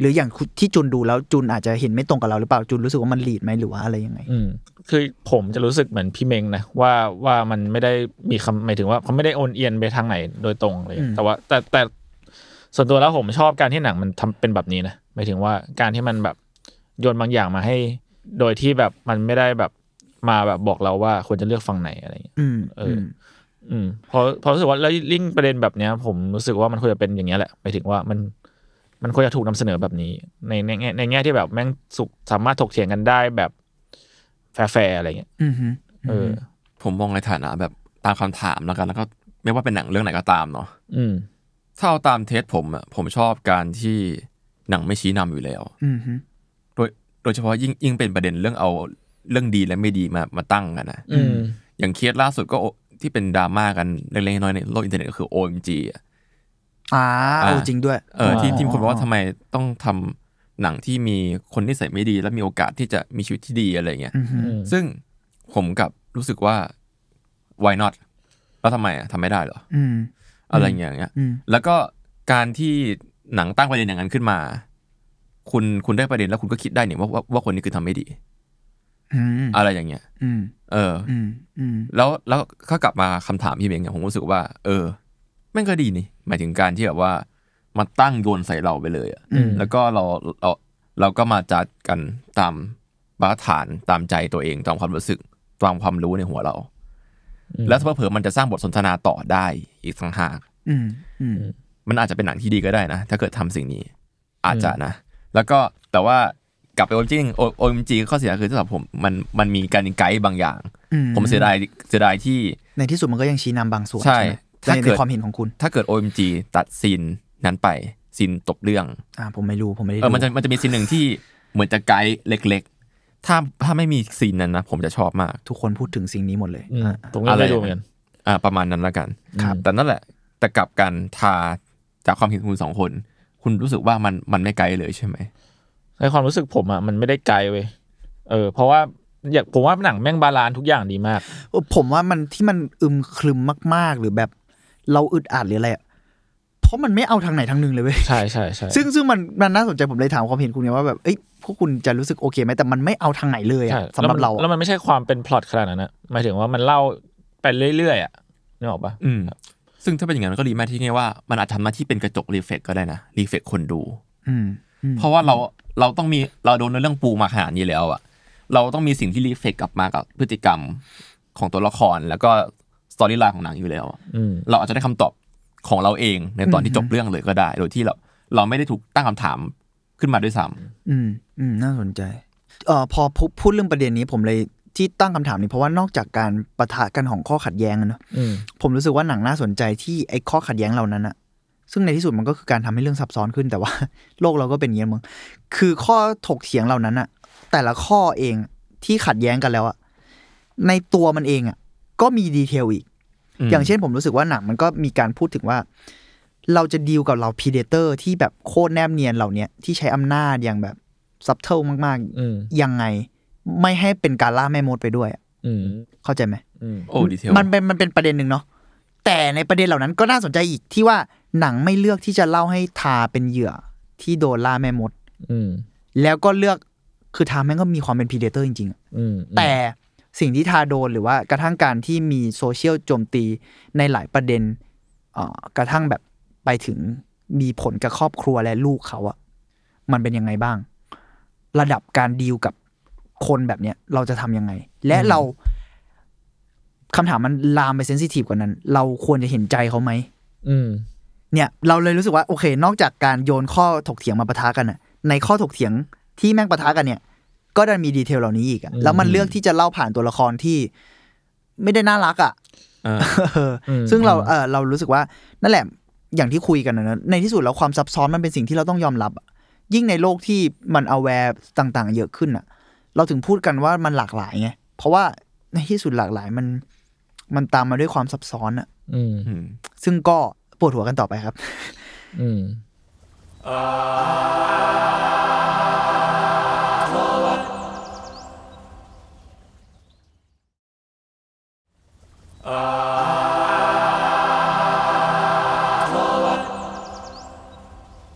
หรืออย่างที่จุนดูแล้วจุนอาจจะเห็นไม่ตรงกับเราหรือเปล่าจุนรู้สึกว่ามันลีดไหมหรือว่าอะไรยังไงอืมคือผมจะรู้สึกเหมือนพี่เมงนะว่าว่ามันไม่ได้มีคำหมายถึงว่าเขาไม่ได้โอนเอียนไปทางไหนโดยตรงเลยแต่ว่าแต่แต่ส่วนตัวแล้วผมชอบการที่หนังมันทำเป็นแบบนี้นะหมายถึงว่าการที่มันแบบโยนบางอย่างมาให้โดยที่แบบมันไม่ได้แบบมาแบบบอกเราว่าควรจะเลือกฝั่งไหนอะไรอย่างเงี้ยเอออืมพอพอรู้สึกว่าแล้วลิงก์ประเด็นแบบเนี้ยผมรู้สึกว่ามันควรจะเป็นอย่างเงี้ยแหละหมายถึงว่ามันมันควรจะถูกนำเสนอแบบนี้ในในแง่ในแง่ที่แบบแม่งสุขสามารถถกเถียงกันได้แบบแฟร์ๆอะไรเงี้ยเออผมมองในฐานะแบบตามคำถามแล้วกันแล้วก็ไม่ว่าเป็นหนังเรื่องไหนก็ตามเนาะถ้าเอาตามเทสผมอ่ะผมชอบการที่หนังไม่ชี้นำอยู่แล้วโดยโดยเฉพาะยิ่งยิ่งเป็นประเด็นเรื่องเอาเรื่องดีและไม่ดีมามาตั้งกันนะอย่างเคสล่าสุดก็ที่เป็นดราม่ากันเล็กๆน้อยๆในโลกอินเทอร์เน็ตก็คือ โอ เอ็ม จี อ่ะอ่าโอ้จริงด้วยเออที่ที่คนบอกว่าทำไมต้องทำหนังที่มีคนนิสัยไม่ดีและมีโอกาสที่จะมีชีวิตที่ดีอะไรเงี้ยซึ่งผมกับรู้สึกว่า why not แล้วทำไมอ่ะทำไม่ได้เหรออะไรอย่างเงี้ยแล้วก็การที่หนังตั้งประเด็นอย่างนั้นขึ้นมาคุณคุณได้ประเด็นแล้วคุณก็คิดได้เนี่ยว่าว่าว่าคนนี้คือทำไม่ดีอะไรอย่างเงี้ยเออแล้วแล้วก็กลับมาคำถามพี่เมงเนี่ยผมรู้สึกว่าเออแม่งก็ดีนี่หมายถึงการที่แบบว่ามาตั้งโยนใส่เราไปเลยอ่ะแล้วก็เราเราเราก็มาจัดกันตามบรรทัดฐานตามใจตัวเองตามความรู้สึกตามความรู้ในหัวเราแล้วถ้าเผื่อมันจะสร้างบทสนทนาต่อได้อีกต่างหากมันอาจจะเป็นหนังที่ดีก็ได้นะถ้าเกิดทำสิ่งนี้อาจจะนะแล้วก็แต่ว่ากลับไป โอ เอ็ม จี โอ เอ็ม จี ข้อเสียคือสำหรับผมมันมันมีการไกด์บางอย่างผมเสียดายเสียดายที่ในที่สุดมันก็ยังชี้นำบางส่วนใช่ถ้าเกิดความเห็นของคุณถ้าเกิด โอ เอ็ม จี ตัดซีนนั้นไปซีนตบเรื่องอ่าผมไม่รู้ผมไม่ได้เออมันจะมันจะมีซีนหนึ่งที่เหมือนจะไกด์เล็กๆถ้าถ้าไม่มีซีนนั้นนะผมจะชอบมากทุกคนพูดถึงสิ่งนี้หมดเลยตรงนี้ไม่ดูเหมือนกันอ่าประมาณนั้นละกันแต่นั่นแหละแต่กลับกันทาจากความเห็นคุณสองคนคุณรู้สึกว่ามันมันไม่ไกลเลยใช่ไหมในความรู้สึกผมอ่ะมันไม่ได้ไกลเว้ยเออเพราะว่าอยากผมว่าหนังแม่งบาลานซ์ทุกอย่างดีมากผมว่ามันที่มันอึมครึมมากๆหรือแบบเราอึดอัดหรืออะไรอ่ะเพราะมันไม่เอาทางไหนทางนึงเลยเว้ยใช่ใช่ใช่ซึ่งซึ่งมันมันน่าสนใจผมเลยถามความเห็นคุณเนี่ยว่าแบบเอ้ยพวกคุณจะรู้สึกโอเคไหมแต่มันไม่เอาทางไหนเลยอ่ะสำหรับเราแล้วมันไม่ใช่ความเป็นพล็อตขนาดนั้นนะหมายถึงว่ามันเล่าไปเรื่อยๆอ่ะนึกออกป่ะอืมซึ่งถ้าเป็นอย่างนั้นก็ดีมากที่นี่ว่ามันอาจทำหน้าที่เป็นกระจกรีเฟล็กก็ได้นะรีเฟล็กคนดูเพราะว่าเราเราต้องมีเราโดนเรื่องปูมาขนาดนี้แล้วอ่ะเราต้องมีสิ่งที่รีเฟล็กกลับมากับพฤติกรรมของตัวละครแล้วก็สตอรี่ไลน์ของหนังอยู่แล้วเราอาจจะได้คำตอบของเราเองในตอนที่จบเรื่องเลยก็ได้โดยที่เราเราไม่ได้ถูกตั้งคำถามขึ้นมาด้วยซ้ำอืมอืมน่าสนใจเอ่อพอพูดเรื่องประเด็นนี้ผมเลยที่ตั้งคำถามนี้เพราะว่านอกจากการปะทะกันของข้อขัดแย้งนะผมรู้สึกว่าหนังน่าสนใจที่ไอ้ข้อขัดแย้งเหล่านั้นอะซึ่งในที่สุดมันก็คือการทำให้เรื่องซับซ้อนขึ้นแต่ว่าโลกเราก็เป็นอย่างนี้มั้งคือข้อถกเถียงเหล่านั้นอะแต่ละข้อเองที่ขัดแย้งกันแล้วอะในตัวมันเองอะก็มีดีเทลอีกอย่างเช่นผมรู้สึกว่าหนังมันก็มีการพูดถึงว่าเราจะดีลกับเราพีเดเตอร์ที่แบบโคตรแนบเนียนเหล่านี้ที่ใช้อำนาจอย่างแบบซับเทิลมากๆยังไงไม่ให้เป็นการล่าแม่มดไปด้วยเข้าใจไหมโอ้ดีเทลมันเป็นมันเป็นประเด็นหนึ่งเนาะแต่ในประเด็นเหล่านั้นก็น่าสนใจอีกที่ว่าหนังไม่เลือกที่จะเล่าให้ทาเป็นเหยื่อที่โดนล่าแม่มดแล้วก็เลือกคือทาแม่งก็มีความเป็นพีเดเตอร์จริงๆแต่สิ่งที่ทาโดนหรือว่ากระทั่งการที่มีโซเชียลโจมตีในหลายประเด็นกระทั่งแบบไปถึงมีผลกับครอบครัวและลูกเขาอะมันเป็นยังไงบ้างระดับการดีลกับคนแบบเนี้ยเราจะทำยังไงและเราคำถามมันลามไปเซนซิทีฟกว่านั้นเราควรจะเห็นใจเขาไหมเนี่ยเราเลยรู้สึกว่าโอเคนอกจากการโยนข้อถกเถียงมาปะทะกันอะในข้อถกเถียงที่แม่งปะทะกันเนี่ยก็ดันมีดีเทลเหล่านี้อีกอะแล้วมันเลือกที่จะเล่าผ่านตัวละครที่ไม่ได้น่ารักอะซึ่งเราเออเรารู้สึกว่านั่นแหละอย่างที่คุยกันนะในที่สุดแล้วความซับซ้อนมันเป็นสิ่งที่เราต้องยอมรับยิ่งในโลกที่มันเอาแวร์ต่างๆเยอะขึ้นอะเราถึงพูดกันว่ามันหลากหลายไงเพราะว่าในที่สุดหลากหลายมันมันตามมาด้วยความซับซ้อนอะซึ่งก็ปวดหัวกันต่อไปครับอืมอ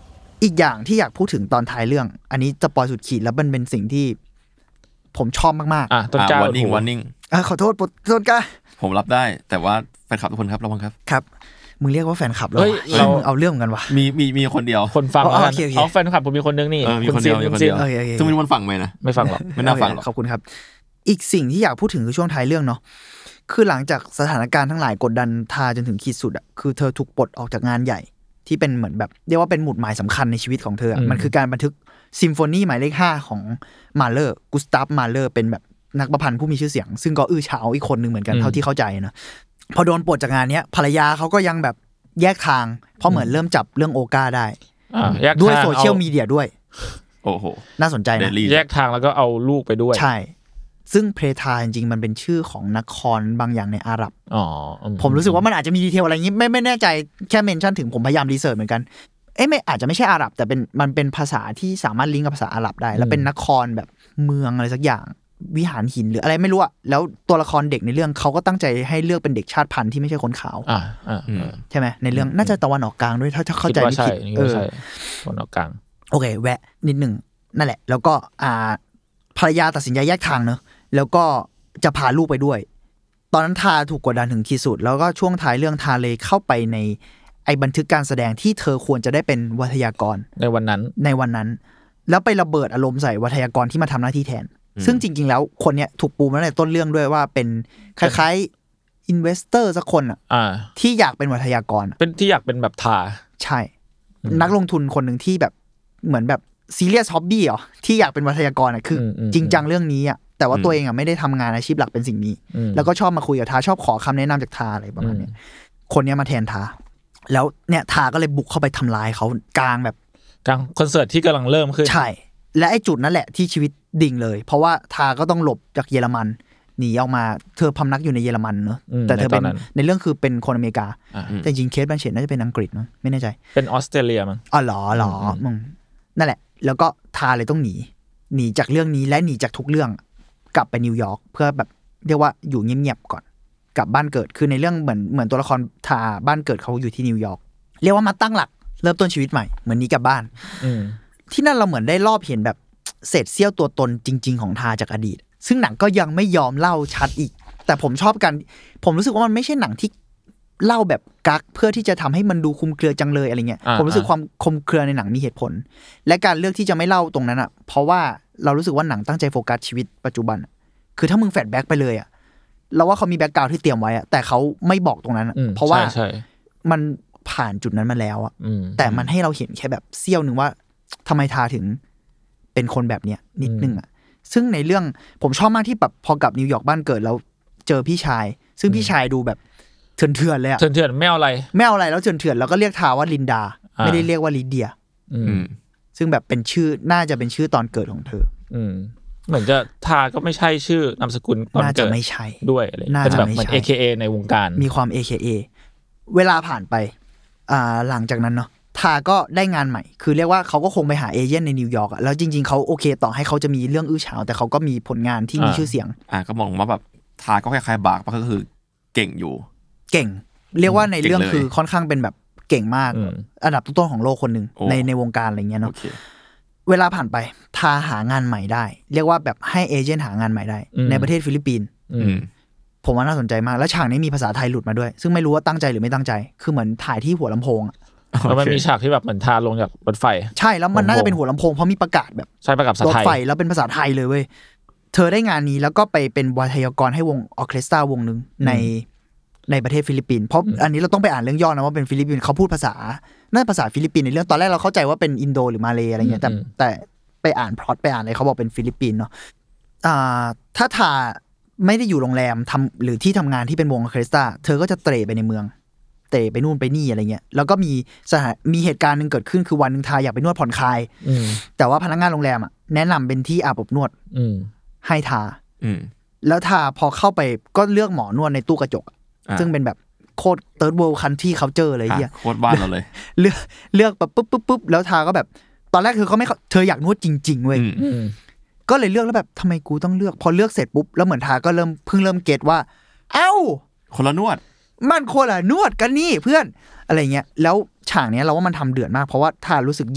อีกอย่างที่อยากพูดถึงตอนท้ายเรื่องอันนี้จะปอยสุดขีดแล้วมันเป็นสิ่งที่ผมชอบมากๆอ่ะต้นกล้า warning warning อ่ะขอโทษต้นกล้าผมรับได้แต่ว่าแฟนคลับทุกคนครับระวังครับครับมึงเรียกว่าแฟนคลับแล้วเราเอาเรื่องกันวะมีมีมีคนเดียวคนฟังแล้วกันเอาแฟนคลับผมมีคนนึงนี่มีคนเดียวมีคนเดียวซึ่งไม่รู้มันฟังไหมนะไม่ฟังหรอกไม่น่าฟังหรอกขอบคุณครับอีกสิ่งที่อยากพูดถึงคือช่วงท้ายเรื่องเนาะคือหลังจากสถานการณ์ทั้งหลายกดดันทาจนถึงขีดสุดอ่ะคือเธอถูกปลดออกจากงานใหญ่ที่เป็นเหมือนแบบเรียกว่าเป็นหมุดหมายสำคัญในชีวิตของเธอมันคือการบันทึกซิมโฟนีหมายเลขห้าของมาเลอร์กุสตาฟมาเลอร์เป็นแบบนักประพันธ์ผู้มีชื่อเสียงซึ่งก็อื้อฉาวอีกคนนึงเหมือนกันเท่าที่เข้าใจนะพอโดนปลดจากงานเนี้ยภรรยาเขาก็ยังแบบแยกทางเพราะเหมือนเริ่มจับเรื่องโอกาได้ด้วยโซเชียลมีเดียด้วยโอ้โหน่าสนใจนะแยกทางแล้วก็เอาลูกไปด้วยใช่ซึ่งเพทาจริงๆมันเป็นชื่อของนครบางอย่างในอาหรับอ๋อผมรู้สึกว่ามันอาจจะมีดีเทลอะไรอย่างงี้ไม่ไม่แน่ใจแค่เมนชั่นถึงผมพยายามรีเสิร์ชเหมือนกันเอ๊ะไม่อาจจะไม่ใช่อาหรับแต่เป็นมันเป็นภาษาที่สามารถลิงก์กับภาษาอาหรับได้แล้วเป็นนครแบบเมืองอะไรสักอย่างวิหารหินหรืออะไรไม่รู้อะแล้วตัวละครเด็กในเรื่องเขาก็ตั้งใจให้เลือกเป็นเด็กชาติพันธุ์ที่ไม่ใช่คนขาวอ่าอ่าใช่ไหมในเรื่องน่าจะตะวันออกกลางด้วยถ้าเข้าใจไม่ผิดเออตะวันออกกลางโอเคแวะนิดหนึ่งนั่นแหละแล้วก็อ่าภรรยาตัดสินใจแยกทางเนอะแล้วก็จะพาลูกไปด้วยตอนนั้นทาถูกกดดันถึงขีดสุดแล้วก็ช่วงท้ายเรื่องทาเลยเข้าไปในไอ้บันทึกการแสดงที่เธอควรจะได้เป็นวิทยากรในวันนั้นในวันนั้นแล้วไประเบิดอารมณ์ใส่วิทยากรที่มาทำหน้าที่แทนซึ่งจริงๆแล้วคนเนี้ยถูกปูมาในต้นเรื่องด้วยว่าเป็นคล้ายๆอินเวสเตอร์สักคนอ่ะที่อยากเป็นวิทยากรเป็นที่อยากเป็นแบบทาใช่นักลงทุนคนหนึ่งที่แบบเหมือนแบบซีเรียสฮ็อบบี้เหรอที่อยากเป็นวิทยากรอ่ะคือจริงจังเรื่องนี้อ่ะแต่ว่าตัวเองอ่ะไม่ได้ทำงานอาชีพหลักเป็นสิ่งนี้แล้วก็ชอบมาคุยกับทาชอบขอคำแนะนำจากทาอะไรประมาณนี้คนนี้มาแทนทาแล้วเนี่ยทาก็เลยบุกเข้าไปทำลายเขากลางแบบกลางคอนเสิร์ตที่กำลังเริ่มขึ้นใช่และไอ้จุดนั้นแหละที่ชีวิตดิ่งเลยเพราะว่าทาก็ต้องหลบจากเยอรมันหนีออกมาเธอพำนักอยู่ในเยอรมันเนอะแต่เธอเป็นในเรื่องคือเป็นคนอเมริกาแต่จริงเคสแบนเชตน่าจะเป็นอังกฤษเนาะไม่แน่ใจเป็นออสเตรเลียมั้งอ๋อเหรอเหรอมึงนั่นแหละแล้วก็ทาเลยต้องหนีหนีจากเรื่องนี้และหนีจากทุกเรื่องกลับไปนิวยอร์กเพื่อแบบเรียกว่าอยู่เงียบๆก่อนกลับบ้านเกิดคือในเรื่องเหมือนเหมือนตัวละครทาบ้านเกิดเขาอยู่ที่นิวยอร์กเรียกว่ามาตั้งหลักเริ่มต้นชีวิตใหม่เหมือนนี้กลับบ้านที่นั่นเราเหมือนได้รอบเห็นแบบเศษเสี้ยวตัวตนจริงๆของทาจากอดีตซึ่งหนังก็ยังไม่ยอมเล่าชัดอีกแต่ผมชอบกันผมรู้สึกว่ามันไม่ใช่หนังที่เล่าแบบกักเพื่อที่จะทำให้มันดูคลุมเครือจังเลยอะไรเงี้ยผมรู้สึกความคลุมเครือในหนังมีเหตุผลและการเลือกที่จะไม่เล่าตรงนั้นอ่ะเพราะว่าเรารู้สึกว่าหนังตั้งใจโฟกัสชีวิตปัจจุบันคือถ้ามึงแฟลชแบ็กไปเลยอ่ะเราว่าเขามีแบ็คกราวด์ที่เตรียมไว้อ่ะแต่เขาไม่บอกตรงนั้นเพราะว่ามันผ่านจุดนั้นมาแล้วอ่ะแต่มันให้เราเห็นแค่แบบเสี้ยวนึงว่าทำไมทาถึงเป็นคนแบบเนี้ยนิดนึงอ่ะซึ่งในเรื่องผมชอบมากที่แบบพอกลับนิวยอร์กบ้านเกิดแล้วเจอพี่ชายซึ่งพี่ชายดูแบบเถื่อนๆเลยอ่ะเถื่อนๆไม่เอาอะไรไม่เอาอะไรแล้วเถื่อนๆแล้วก็เรียกทาว่าลินดาไม่ได้เรียกว่าลิเดียซึ่งแบบเป็นชื่อน่าจะเป็นชื่อตอนเกิดของเธอเหมือนจะทาก็ไม่ใช่ชื่อนามสกุลตอนเกิดน่าจะไม่ใช่ด้วยอะไรเป็นแบบเหมือน เอ เค เอ ในวงการมีความ เอ เค เอ เวลาผ่านไปอ่าหลังจากนั้นเนาะทาก็ได้งานใหม่คือเรียกว่าเขาก็คงไปหาเอเจนต์ในนิวยอร์กอ่ะแล้วจริงๆเขาโอเคต่อให้เขาจะมีเรื่องอื้อฉาวแต่เขาก็มีผลงานที่มีชื่อเสียงอ่าก็มองว่าแบบทาก็คล้ายๆบากก็คือเก่งอยู่เก่งเรียกว่าในเรื่องคือค่อนข้างเป็นแบบเก่งมากอันดับต้นๆของโลกคนนึงในในวงการอะไรเงี้ยเนาะเวลาผ่านไปทาหางานใหม่ได้เรียกว่าแบบให้เอเจนต์หางานใหม่ได้ในประเทศฟิลิปปินส์ผมว่าน่าสนใจมากแล้วฉากนี้มีภาษาไทยหลุดมาด้วยซึ่งไม่รู้ว่าตั้งใจหรือไม่ตั้งใจคือเหมือนถ่ายที่หัวลำโพงแล้วมันมีฉากที่แบบเหมือนทาลงจากรถไฟใช่แล้วมันน่าจะเป็นหัวลำโพงเพราะมีประกาศแบบใช่ประกาศรถไฟแล้วเป็นภาษาไทยเลยเว้ยเธอได้งานนี้แล้วก็ไปเป็นวิทยากรให้วงออร์เคสตราวงนึงในในประเทศฟิลิปปินส์เพราะอันนี้เราต้องไปอ่านเรื่องย่อนะว่าเป็นฟิลิปปินส์เขาพูดภาษาน่าภาษาฟิลิปปินส์ในเรื่องตอนแรกเราเข้าใจว่าเป็นอินโดหรือมาเลย์อะไรเงี้ยแต่แต่ไปอ่านพล็อตไปอ่านอะไรเขาบอกเป็นฟิลิปปินส์เนาะอ่าถ้าทาไม่ได้อยู่โรงแรมทำหรือที่ทำงานที่เป็นวงออร์เคสตราเธอก็จะเตร่ไปในเมืองเตะไปนู่นไปนี่อะไรเงี้ยแล้วก็มีสถานมีเหตุการณ์นึงเกิดขึ้นคือวันนึงทาอยากไปนวดผ่อนคลายแต่ว่าพนักงานโรงแรมอ่ะแนะนำเป็นที่อาบอบนวดให้ทาแล้วทาพอเข้าไปก็เลือกหมอนวดในตู้กระจกซึ่งเป็นแบบโคตร third world country culture เลยเหี้ยโคตรบ้านเราเลยเลือกเลือกแบบปุ๊บปุ๊บปุ๊บแล้วทาก็แบบตอนแรกคือเขาไม่เธออยากนวดจริงๆเว้ยก็เลยเลือกแล้วแบบทำไมกูต้องเลือกพอเลือกเสร็จปุ๊บแล้วเหมือนทาก็เริ่มเพิ่งเริ่มเก็ทว่าเอ้าคนละนวดมันคนละนวดกันนี่เพื่อนอะไรเงี้ยแล้วฉากเนี้ยเราว่ามันทำเดือดมากเพราะว่าทารู้สึกแย่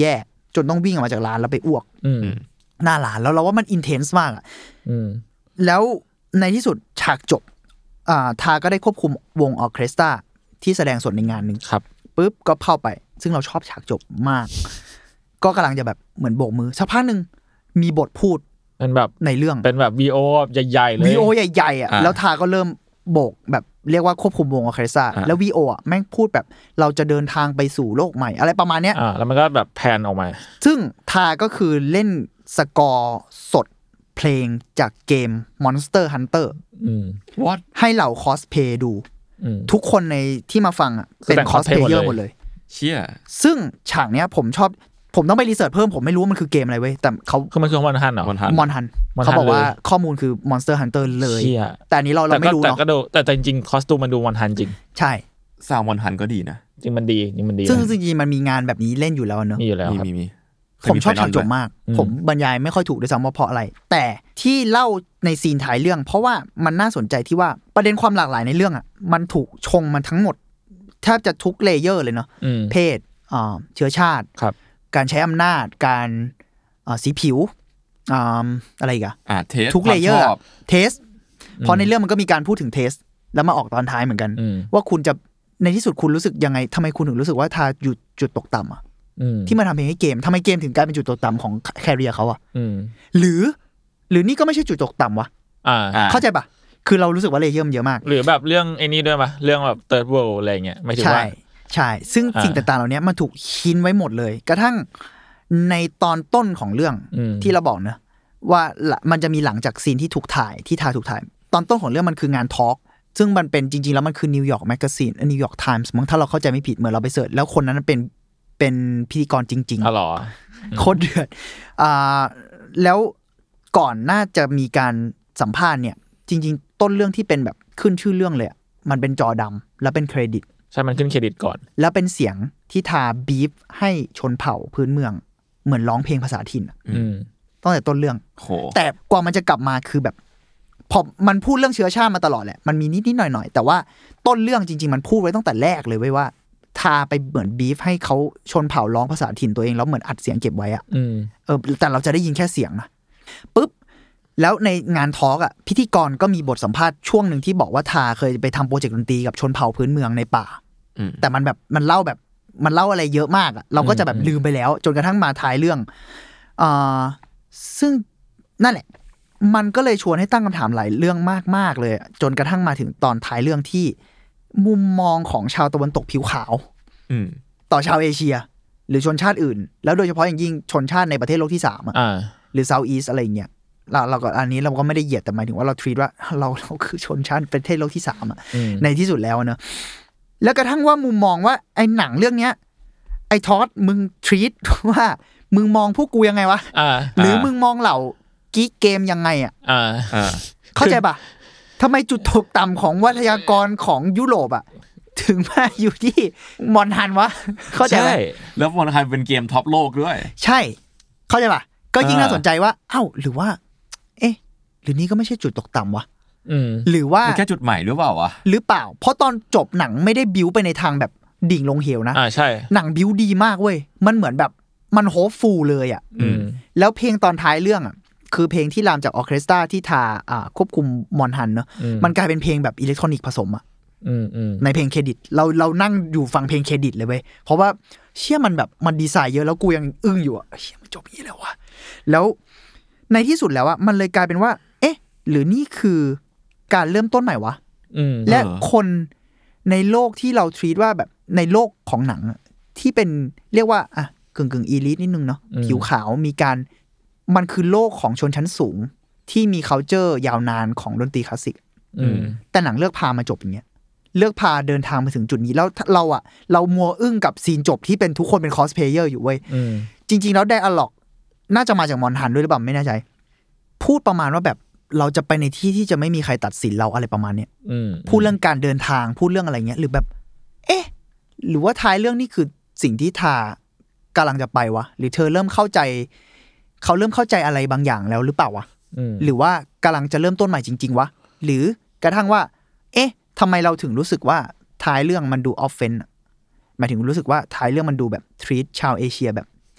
จนต้องวิ่งออกมาจากร้านแล้วไปอ้วกอืมหน้าร้านแล้วเราว่ามันอินเทนส์มากอ่ะอืมแล้วในที่สุดฉากจบอ่าทาก็ได้ควบคุมวงออร์เคสตราที่แสดงสดในงานหนึ่งครับปุ๊บก็เข้าไปซึ่งเราชอบฉากจบมาก ก็กำลังจะแบบเหมือนโบกมือสักพักหนึ่งมีบทพูดเป็นแบบในเรื่องเป็นแบบวีโอใหญ่ๆเลยวีโอใหญ่ๆอ่ะอ่าแล้วทาก็เริ่มโบกแบบเรียกว่าควบคุมวงออร์เคสตราอ่าแล้ววีโออ่ะแม่งพูดแบบเราจะเดินทางไปสู่โลกใหม่อะไรประมาณเนี้ยอ่าแล้วมันก็แบบแพนออกมาซึ่งทาก็คือเล่นสกอร์สดเพลงจากเกม Monster Hunter อืม what ให้เหล่าคอสเพย์ดูอืมทุกคนในที่มาฟังอ่ะเป็นแสดงคอสเพล cosplay เยอร์หหมมดดเลเลย ยเชี่ยซึ่งฉากเนี้ยผมชอบผมต้องไปรีเสิร์ชเพิ่มผมไม่รู้ว่ามันคือเกมอะไรเว้ยแต่เขาคือมันคือมอนฮันเหรอมอนฮันมอนฮัน Mon เขาบอก Hunt ว่าเลยข้อมูลคือ Monster Hunter เลยเชี่ยแต่อันนี้เราเราแต่ไม่ก็รู้แต่เนาะก็ดูแต่แต่จริงๆคอสตูมมันดูมอนฮันจริงใช่ซาวมอนฮันก็ดีนะจริงมันดีจริงมันดีซึ่งนะจริงๆมันมีงานแบบนี้เล่นอยู่แล้วเนอะมีอยู่แล้วมีครับมีมีผมชอบฉากจบมากอืมผมบรรยายไม่ค่อยถูกด้วยซ้ำว่าเพราะอะไร แต่ที่เล่าในซีนท้ายเรื่อง เพราะว่ามันน่าสนใจที่ว่าประเด็นความหลากหลายในเรื่องอ่ะมันถูกชงมันทั้งหมดแทบจะทุกเลเยอร์เลยเนาะอืมเพศอ่าเชื้อชาติครับการใช้อำนาจการอ่าสีผิวอ่าอะไรอีกอะอ่าเทสทุกควาเลมเยชอร์อบเทสเพราะในเรื่องมันก็มีการพูดถึงเทสแล้วมาออกตอนท้ายเหมือนกันอืมว่าคุณจะในที่สุดคุณรู้สึกยังไงทำไมคุณถึงรู้สึกว่าทาอยู่จุดตกต่ำอะอืมที่มาทำเพลงให้เกมทำไมเกมถึงกลายเป็นจุดตกต่ำของแคริเอร์เขาอะอืมหรือ หรือนี่ก็ไม่ใช่จุดตกต่ำวะอ่าอ่าเข้าใจปะคือเรารู้สึกว่าเลเยอร์มันเยอะมากหรือแบบเรื่องไอ้นี่ด้วยป่ะเรื่องแบบ third world อะไรเงี้ยไม่ถึงใช่ว่าใช่ซึ่งอ่าสิ่งต่างๆเหล่านี้มันถูกคินไว้หมดเลย กระทั่งในตอนต้นของเรื่องอืมที่เราบอกนะว่าละมันจะมีหลังจากซีนที่ถูกถ่ายที่ทาถูกถ่าย ตอนต้นของเรื่องมันคืองานทอล์กซึ่งมันเป็นจริงๆแล้วมันคือนิวยอร์กแมกกาซีนนิวยอร์กไทมส์มั้งถ้าเราเข้าใจไม่ผิดเหมือนเราไปเสิร์ชแล้วคนนั้นเป็นเป็นพิธีกรจริงอ๋อเหรอๆโคตรเดือดอ่าแล้วก่อนน่าจะมีการสัมภาษณ์เนี่ยจริงๆต้นเรื่องที่เป็นแบบขึ้นชื่อเรื่องเลยอะมันเป็นจอดำแล้วเป็นเครดิตใช่มันขึ้นเครดิตก่อนแล้วเป็นเสียงที่ทาบีฟให้ชนเผ่าพื้นเมืองเหมือนร้องเพลงภาษาถิ่นอะอืมตั้งแต่ต้นเรื่องโหแต่กว่ามันจะกลับมาคือแบบพอมันพูดเรื่องเชื้อชาติมาตลอดแหละมันมีนิดๆหน่อยๆแต่ว่าต้นเรื่องจริงๆมันพูดไว้ตั้งแต่แรกเลยไว้ว่าทาไปเหมือนบีฟให้เขาชนเผ่าร้องภาษาถิ่นตัวเองแล้วเหมือนอัดเสียงเก็บไว้อะอืมเออแต่เราจะได้ยินแค่เสียงนะปุ๊บแล้วในงานทอล์กอ่ะพิธีกรก็มีบทสัมภาษณ์ช่วงหนึ่งที่บอกว่าทาเคยไปทำโปรเจกต์ดนตรีกับชนเผ่าพื้นเมืองในป่าอืมแต่มันแบบมันเล่าแบบมันเล่าอะไรเยอะมากอ่ะเราก็จะแบบลืมไปแล้ว จนกระทั่งมาท้ายเรื่องอ่าซึ่งนั่นแหละมันก็เลยชวนให้ตั้งคำถามหลายเรื่องมากๆเลยจนกระทั่งมาถึงตอนท้ายเรื่องที่มุมมองของชาวตะวันตกผิวขาวอืมต่อชาวเอเชีย หรือชนชาติอื่น แล้วโดยเฉพาะอย่างยิ่งชนชาติในประเทศโลกที่สามอ่ะอ่าหรือเซาท์อีสอะไรอย่างเงี้ยเราเราก็อันนี้เราก็ไม่ได้เหยียดแต่หมายถึงว่าเราทรีตว่าเราเราคือชนชาติประเทศโลกที่สามอ่ะอืมในที่สุดแล้วเนอะแล้วกระทั่งว่ามุมมองว่าไอ้หนังเรื่องเนี้ยไอ้ทอสมึงทรีตว่ามึงมองพวกกูยังไงวะอ่าหรือมึงมองเหล่ากิ๊กเกมยังไงอ่ะอ่าอ่าเข้าใจปะทำไมจุดตกต่ำของวัทยากรของยุโรปอ่ะถึงมาอยู่ที่มอนฮันวะเข้าใจไหมใช่แล้วมอนฮันเป็นเกมท็อปโลกด้วยใช่ เข้าใจปะก็ยิ่งอ่าน่าสนใจว่าเอ้าหรือว่า เอ๊ะ หรือนี่ก็ไม่ใช่จุดตกต่ำวะอืมหรือว่ามันแค่จุดใหม่หรือเปล่าวะหรือเปล่า เพราะตอนจบหนังไม่ได้บิ้วไปในทางแบบดิ่งลงเหวนะอ่าใช่หนังบิ้วดีมากเว้ยมันเหมือนแบบมันโฮปฟูลเลยอ่ะอืมแล้วเพลงตอนท้ายเรื่องอ่ะคือเพลงที่รามจากออร์เคสตราที่ทาอ่าควบคุมมอนฮันเนอะอืมมันกลายเป็นเพลงแบบอิเล็กทรอนิกส์ผสมอ่ะอืมอืมในเพลงเครดิตเราเรานั่งอยู่ฟังเพลงเครดิตเลยเว้ยเพราะว่าเชื่อมันแบบมันดีไซน์เยอะแล้วกูยังอึ้งอยู่อ่ะเชื่อมันจบอย่างนี้แล้ววะแล้วในที่สุดแล้วอ่ะมันเลยกลายเป็นว่า เอ๊ะ หรือนี่คือการเริ่มต้นใหม่วะอืมและเออคนในโลกที่เราทรีตว่าแบบในโลกของหนังอะที่เป็นเรียกว่าอ่ะกึ่งกึ่งอีลิทนิดนึงเนาะผิวขาวมีการมันคือโลกของชนชั้นสูงที่มี culture ยาวนานของดนตรีคลาสสิกอืมแต่หนังเลือกพามาจบอย่างเงี้ยเลือกพาเดินทางมาถึงจุดนี้แล้วเราอะเรามัวอึ้งกับซีนจบที่เป็นทุกคนเป็นคอสเพลเยอร์อยู่เว้ยอืมจริง ๆ แล้วไดอะล็อกน่าจะมาจากมอนฮันด้วยหรือเปล่าไม่แน่ใจพูดประมาณว่าแบบเราจะไปในที่ที่จะไม่มีใครตัดสินเราอะไรประมาณเนี้ยอืมพูดเรื่องการเดินทางพูดเรื่องอะไรเงี้ยหรือแบบ เอ๊ะ หรือว่าท้ายเรื่องนี่คือสิ่งที่ทากำลังจะไปวะหรือเธอเริ่มเข้าใจเขาเริ่มเข้าใจอะไรบางอย่างแล้วหรือเปล่าวะอืมหรือว่ากำลังจะเริ่มต้นใหม่จริงๆวะหรือกระทั่งว่า เอ๊ะทำไมเราถึงรู้สึกว่าท้ายเรื่องมันดูออฟเฟนหมายถึงรู้สึกว่าท้ายเรื่องมันดูแบบทรีตชาวเอเชียแบบ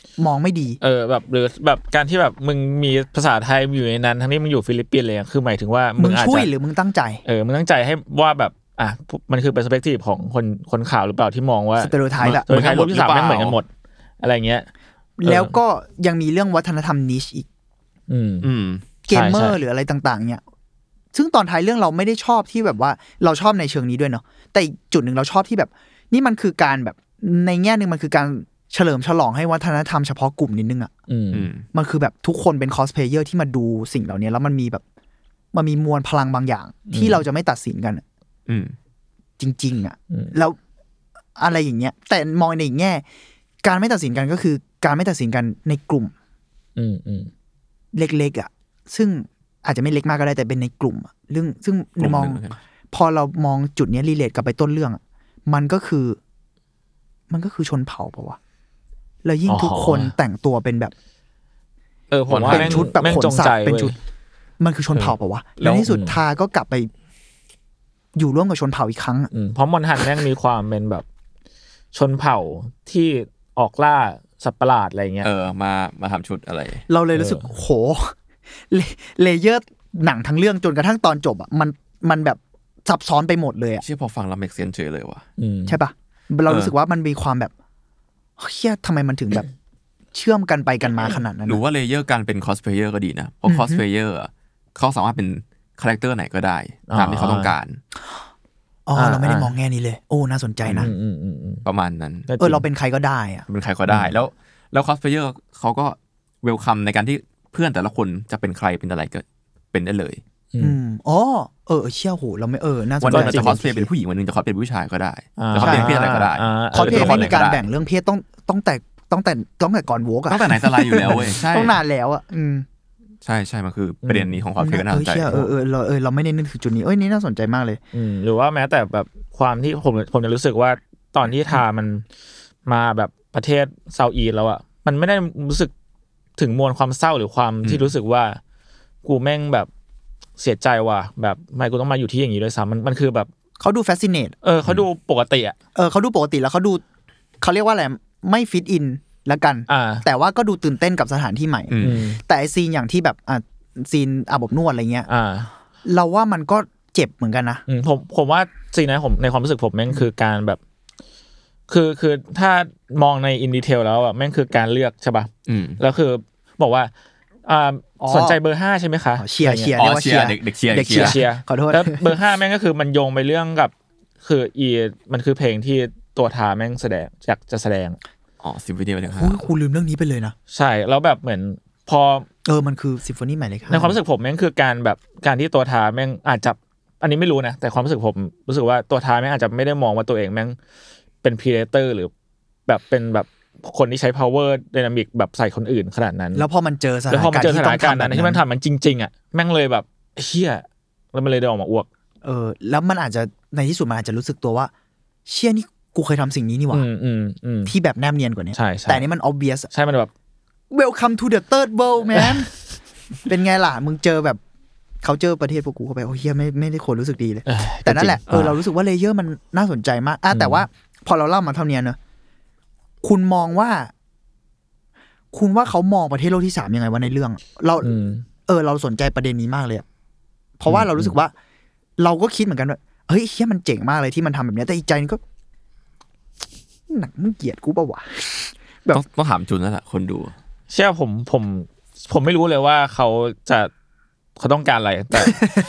มองไม่ดีเออแบบหรือแบบการที่แบบมึงมีภาษาไทยอยู่ในนั้นทั้งที่มึงอยู่ฟิลิปปินส์เลยคือหมายถึงว่ามึงอาจจะช่วยหรือมึงตั้งใจเออมึงตั้งใจให้ว่าแบบอ่ะมันคือเปอร์สเปคทีฟของคนคนข่าวหรือเปล่าที่มองว่าสเตอริโอไทป์อะสเตอริโอไทป์รูปที่สามแม่งเหมือนกันหมดอะไรเงี้ยแล้วก็ยังมีเรื่องวัฒนธรรมนิชอีกอืมอืมเกมเมอร์หรืออะไรต่างๆเนี่ยซึ่งตอนท้ายเรื่องเราไม่ได้ชอบที่แบบว่าเราชอบในเชิงนี้ด้วยเนาะแต่อีกจุดหนึ่งเราชอบที่แบบนี่มันคือการแบบในแง่นึงมันคือการเฉลิมฉลองให้วัฒนธรรมเฉพาะกลุ่มนิดนึงอ่ะมันคือแบบทุกคนเป็นคอสเพลเยอร์ที่มาดูสิ่งเหล่านี้แล้วมันมีแบบมันมีมวลพลังบางอย่างที่เราจะไม่ตัดสินกันจริงๆอ่ะแล้วอะไรอย่างเงี้ยแต่มองในอีกแง่การไม่ตัดสินกันก็คือการไม่ตัดสินกันในกลุ่มเล็กๆอ่ะซึ่งอาจจะไม่เล็กมากก็ได้แต่เป็นในกลุ่มเรื่องซึ่งมองพอเรามองจุดนี้รีเลทกลับไปต้นเรื่องมันก็คือมันก็คือชนเผ่าป่ะวะแล้วยิ่งทุกคนแต่งตัวเป็นแบบเออผมว่าเป็นชุดแบบขนสัตว์เป็นชุดมันคือชนเผ่าป่ะวะแล้วที่สุดทาก็กลับไปอยู่ร่วมกับชนเผ่าอีกครั้งเพราะมอนฮันแม่งมีความเป็นแบบชนเผ่าที่ออกล่าสัตว์ประหลาดอะไรเงี้ยเออมามาทำชุดอะไรเราเลยรู้สึกโหเลเยอร์หนังทั้งเรื่องจนกระทั่งตอนจบอ่ะมันมันแบบซับซ้อนไปหมดเลยอ่ะเชื่อพอฟังแล้วเมคเซนส์เฉยเลยว่ะใช่ป่ะเรารู้สึกว่ามันมีความแบบเฮ้ยทำไมมันถึงแบบเชื่อมกันไปกันมาขนาดนั้นหรือว่าเลเยอร์การเป็นคอสเพลเยอร์ก็ดีนะเพราะคอสเพลเยอร์เขาสามารถเป็นคาแรคเตอร์ไหนก็ได้ตามที่เขาต้องการอ๋อเราไม่ได้มองแง่นี้เลยโอ้น่าสนใจนะประมาณนั้นเออเราเป็นใครก็ได้อ่ะเป็นใครก็ได้แล้วแล้วคอสเพลเยอร์เขาก็เวลคัมในการที่เพื่อนแต่ละคนจะเป็นใครเป็นอะไรก็เป็นได้เลยอืมอ๋อเออเชี่ยวโหเราไม่เออน่าสนใจวันนึงจะคอสเพลย์เป็นผู้หญิงวันนึงจะคอสเป็นผู้ชายก็ได้จะคอสเป็นเพศอะไรก็ได้คอสเพลย์ไม่มีการแบ่งเรื่องเพศต้องต้องแต่ต้องแต่ต้องแต่ก่อนโวกอะตั้งแต่ไหนแต่ไรอยู่แล้วเว้ยใช่ต้องนานแล้วอะอืมใช่ใช่มันคือประเด็นนี้ของคอสเพลย์ก็น่าสนใจเออเออเราเออเราไม่ได้นึกถึงจุดนี้เอ้ยนี่น่าสนใจมากเลยอืมหรือว่าแม้แต่แบบความที่ผมผมจะรู้สึกว่าตอนที่ทามันมาแบบประเทศเซาท์อีสต์แล้วอะมันไม่ได้รู้สึกถึงมวลความเศร้าหรือความที่รู้สึกว่ากูแม่งแบบเสียใจว่ะแบบไม่กูต้องมาอยู่ที่อย่างนี้ด้วยซ้ำมันมันคือแบบเขาดูแฟสซิเนตเออเขาดูปกติอ่ะเออเขาดูปกติแล้วเขาดูเขาเรียกว่าอะไรไม่ฟิตอินละกันแต่ว่าก็ดูตื่นเต้นกับสถานที่ใหม่แต่ไอซีนอย่างที่แบบอ่ะซีนอาบอบนวดอะไรเงี้ยเราว่ามันก็เจ็บเหมือนกันนะผมผมว่าซีนนั้นผมในความรู้สึกผมแม่งคือการแบบคือคือถ้ามองในอินดีเทลแล้วอ่ะแม่งคือการเลือกใช่ป่ะแล้วคือบอกว่าอ่าสนใจเบอร์ห้าใช่ไหมคะเชียร์เชียร์เรียกว่าเชียร์เด็กเด็กเชียร์เด็กเชียร์เชียร์ขอโทษแล้วเบอร์ห้าแม่งก็คือมันโยงไปเรื่องกับคืออีมันคือเพลงที่ตัวทาแม่งแสดงอยากจะแสดงอ๋อซิมโฟนีหมายเลขห้าคุณลืมเรื่องนี้ไปเลยนะใช่แล้วแบบเหมือนพอเออมันคือซิมโฟนีหมายเลขห้าในความรู้สึกผมแม่งคือการแบบการที่ตัวทาแม่งอาจจะอันนี้ไม่รู้นะแต่ความรู้สึกผมรู้สึกว่าตัวทาแม่งอาจจะไม่ได้มองว่าตัวเองแม่งเป็นพรีเดเตอร์หรือแบบเป็นแบบคนที่ใช้ power dynamic แบบใส่คนอื่นขนาดนั้นแล้วพอมันเจอสถานการณ์ที่ต้องทำนั้นที่มันทำมันจริงๆอ่ะแม่งเลยแบบเชี่ยแล้วมันเลยได้ออกมาอ้วกเออแล้วมันอาจจะในที่สุดมันอาจจะรู้สึกตัวว่าเชี่ยนี่กูเคยทำสิ่งนี้นี่หว่าที่แบบแนบเนียนกว่านี้แต่นี่มัน obvious ใช่มันแบบ welcome to the third world man เป็นไงล่ะมึงเจอแบบเขาเจอประเทศพวกกูเข้าไปโอ้เฮียไม่ไม่ได้คนรู้สึกดีเลยแต่นั่นแหละเออเรารู้สึกว่าเลเยอร์มันน่าสนใจมากอ่ะแต่ว่าพอเราเล่ามาเท่านี้เนอะคุณมองว่าคุณว่าเขามองประเทศโลกที่สามยังไงวะในเรื่องเราเออเราสนใจประเด็นนี้มากเลยเพราะว่าเรารู้สึกว่าเราก็คิดเหมือนกันว่าเฮ้ยเฮียมันเจ๋งมากเลยที่มันทำแบบนี้แต่อีกใจนึงก็หนักมึงเกลียดกูป่ะวะแบบต้องถามจุนนั่นแหละคนดูเชื่อผมผมผมไม่รู้เลยว่าเขาจะเขาต้องการอะไรแต่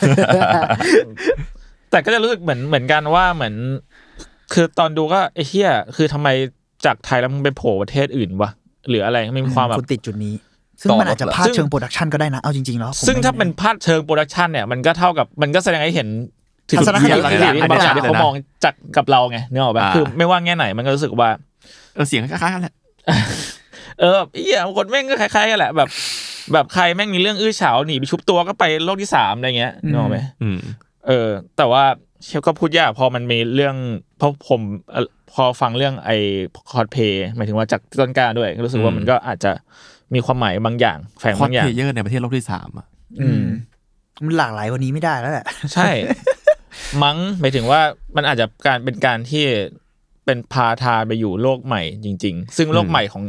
แต่ก็จะรู้สึกเหมือนเหมือนกันว่าเหมือนคือตอนดูก็ไอ้เหี้ยคือทำไมจากไทยแล้วมึงไปโผล่ประเทศอื่นวะหรืออะไรมันมีความแบบคนติดจุดนี้ซึ่งมันอาจจะพลาดเชิงโปรดักชันก็ได้นะเอาจริงๆแล้วซึ่งถ้าเป็นพลาดเชิงโปรดักชันเนี่ยมันก็เท่ากับมันก็แสดงให้เห็นถึงจุดที่บางอย่างที่เขามองจากกับเราไงนึกออกป่ะคือไม่ว่าแง่ไหนมันก็รู้สึกว่าเออเสียงคล้ายๆกันแหละเออไอ้เหี้ยคนแม่งก็คล้ายๆกันแหละแบบแบบใครแม่งมีเรื่องอื้อฉาวหนีไปชุบตัวก็ไปโลกที่สามอะไรเงี้ยนึกออกมั้ยเออแต่ว่าเชฟก็พูดยากพอมันมีเรื่องเพราะผมพอฟังเรื่องไอ้คอสเพลย์หมายถึงว่าจากต้นกล้าด้วยรู้สึกว่ามันก็อาจจะมีความหมายบางอย่างแฝงบางอย่างคอสเพลเยอร์ในประเทศโลกที่สามอ่ะอืมมันหลากหลายกว่านี้ไม่ได้แล้วแหละใช่มั้งหมายถึงว่ามันอาจจะการเป็นการที่เป็นพาทาไปอยู่โลกใหม่จริงๆซึ่งโลกใหม่ของท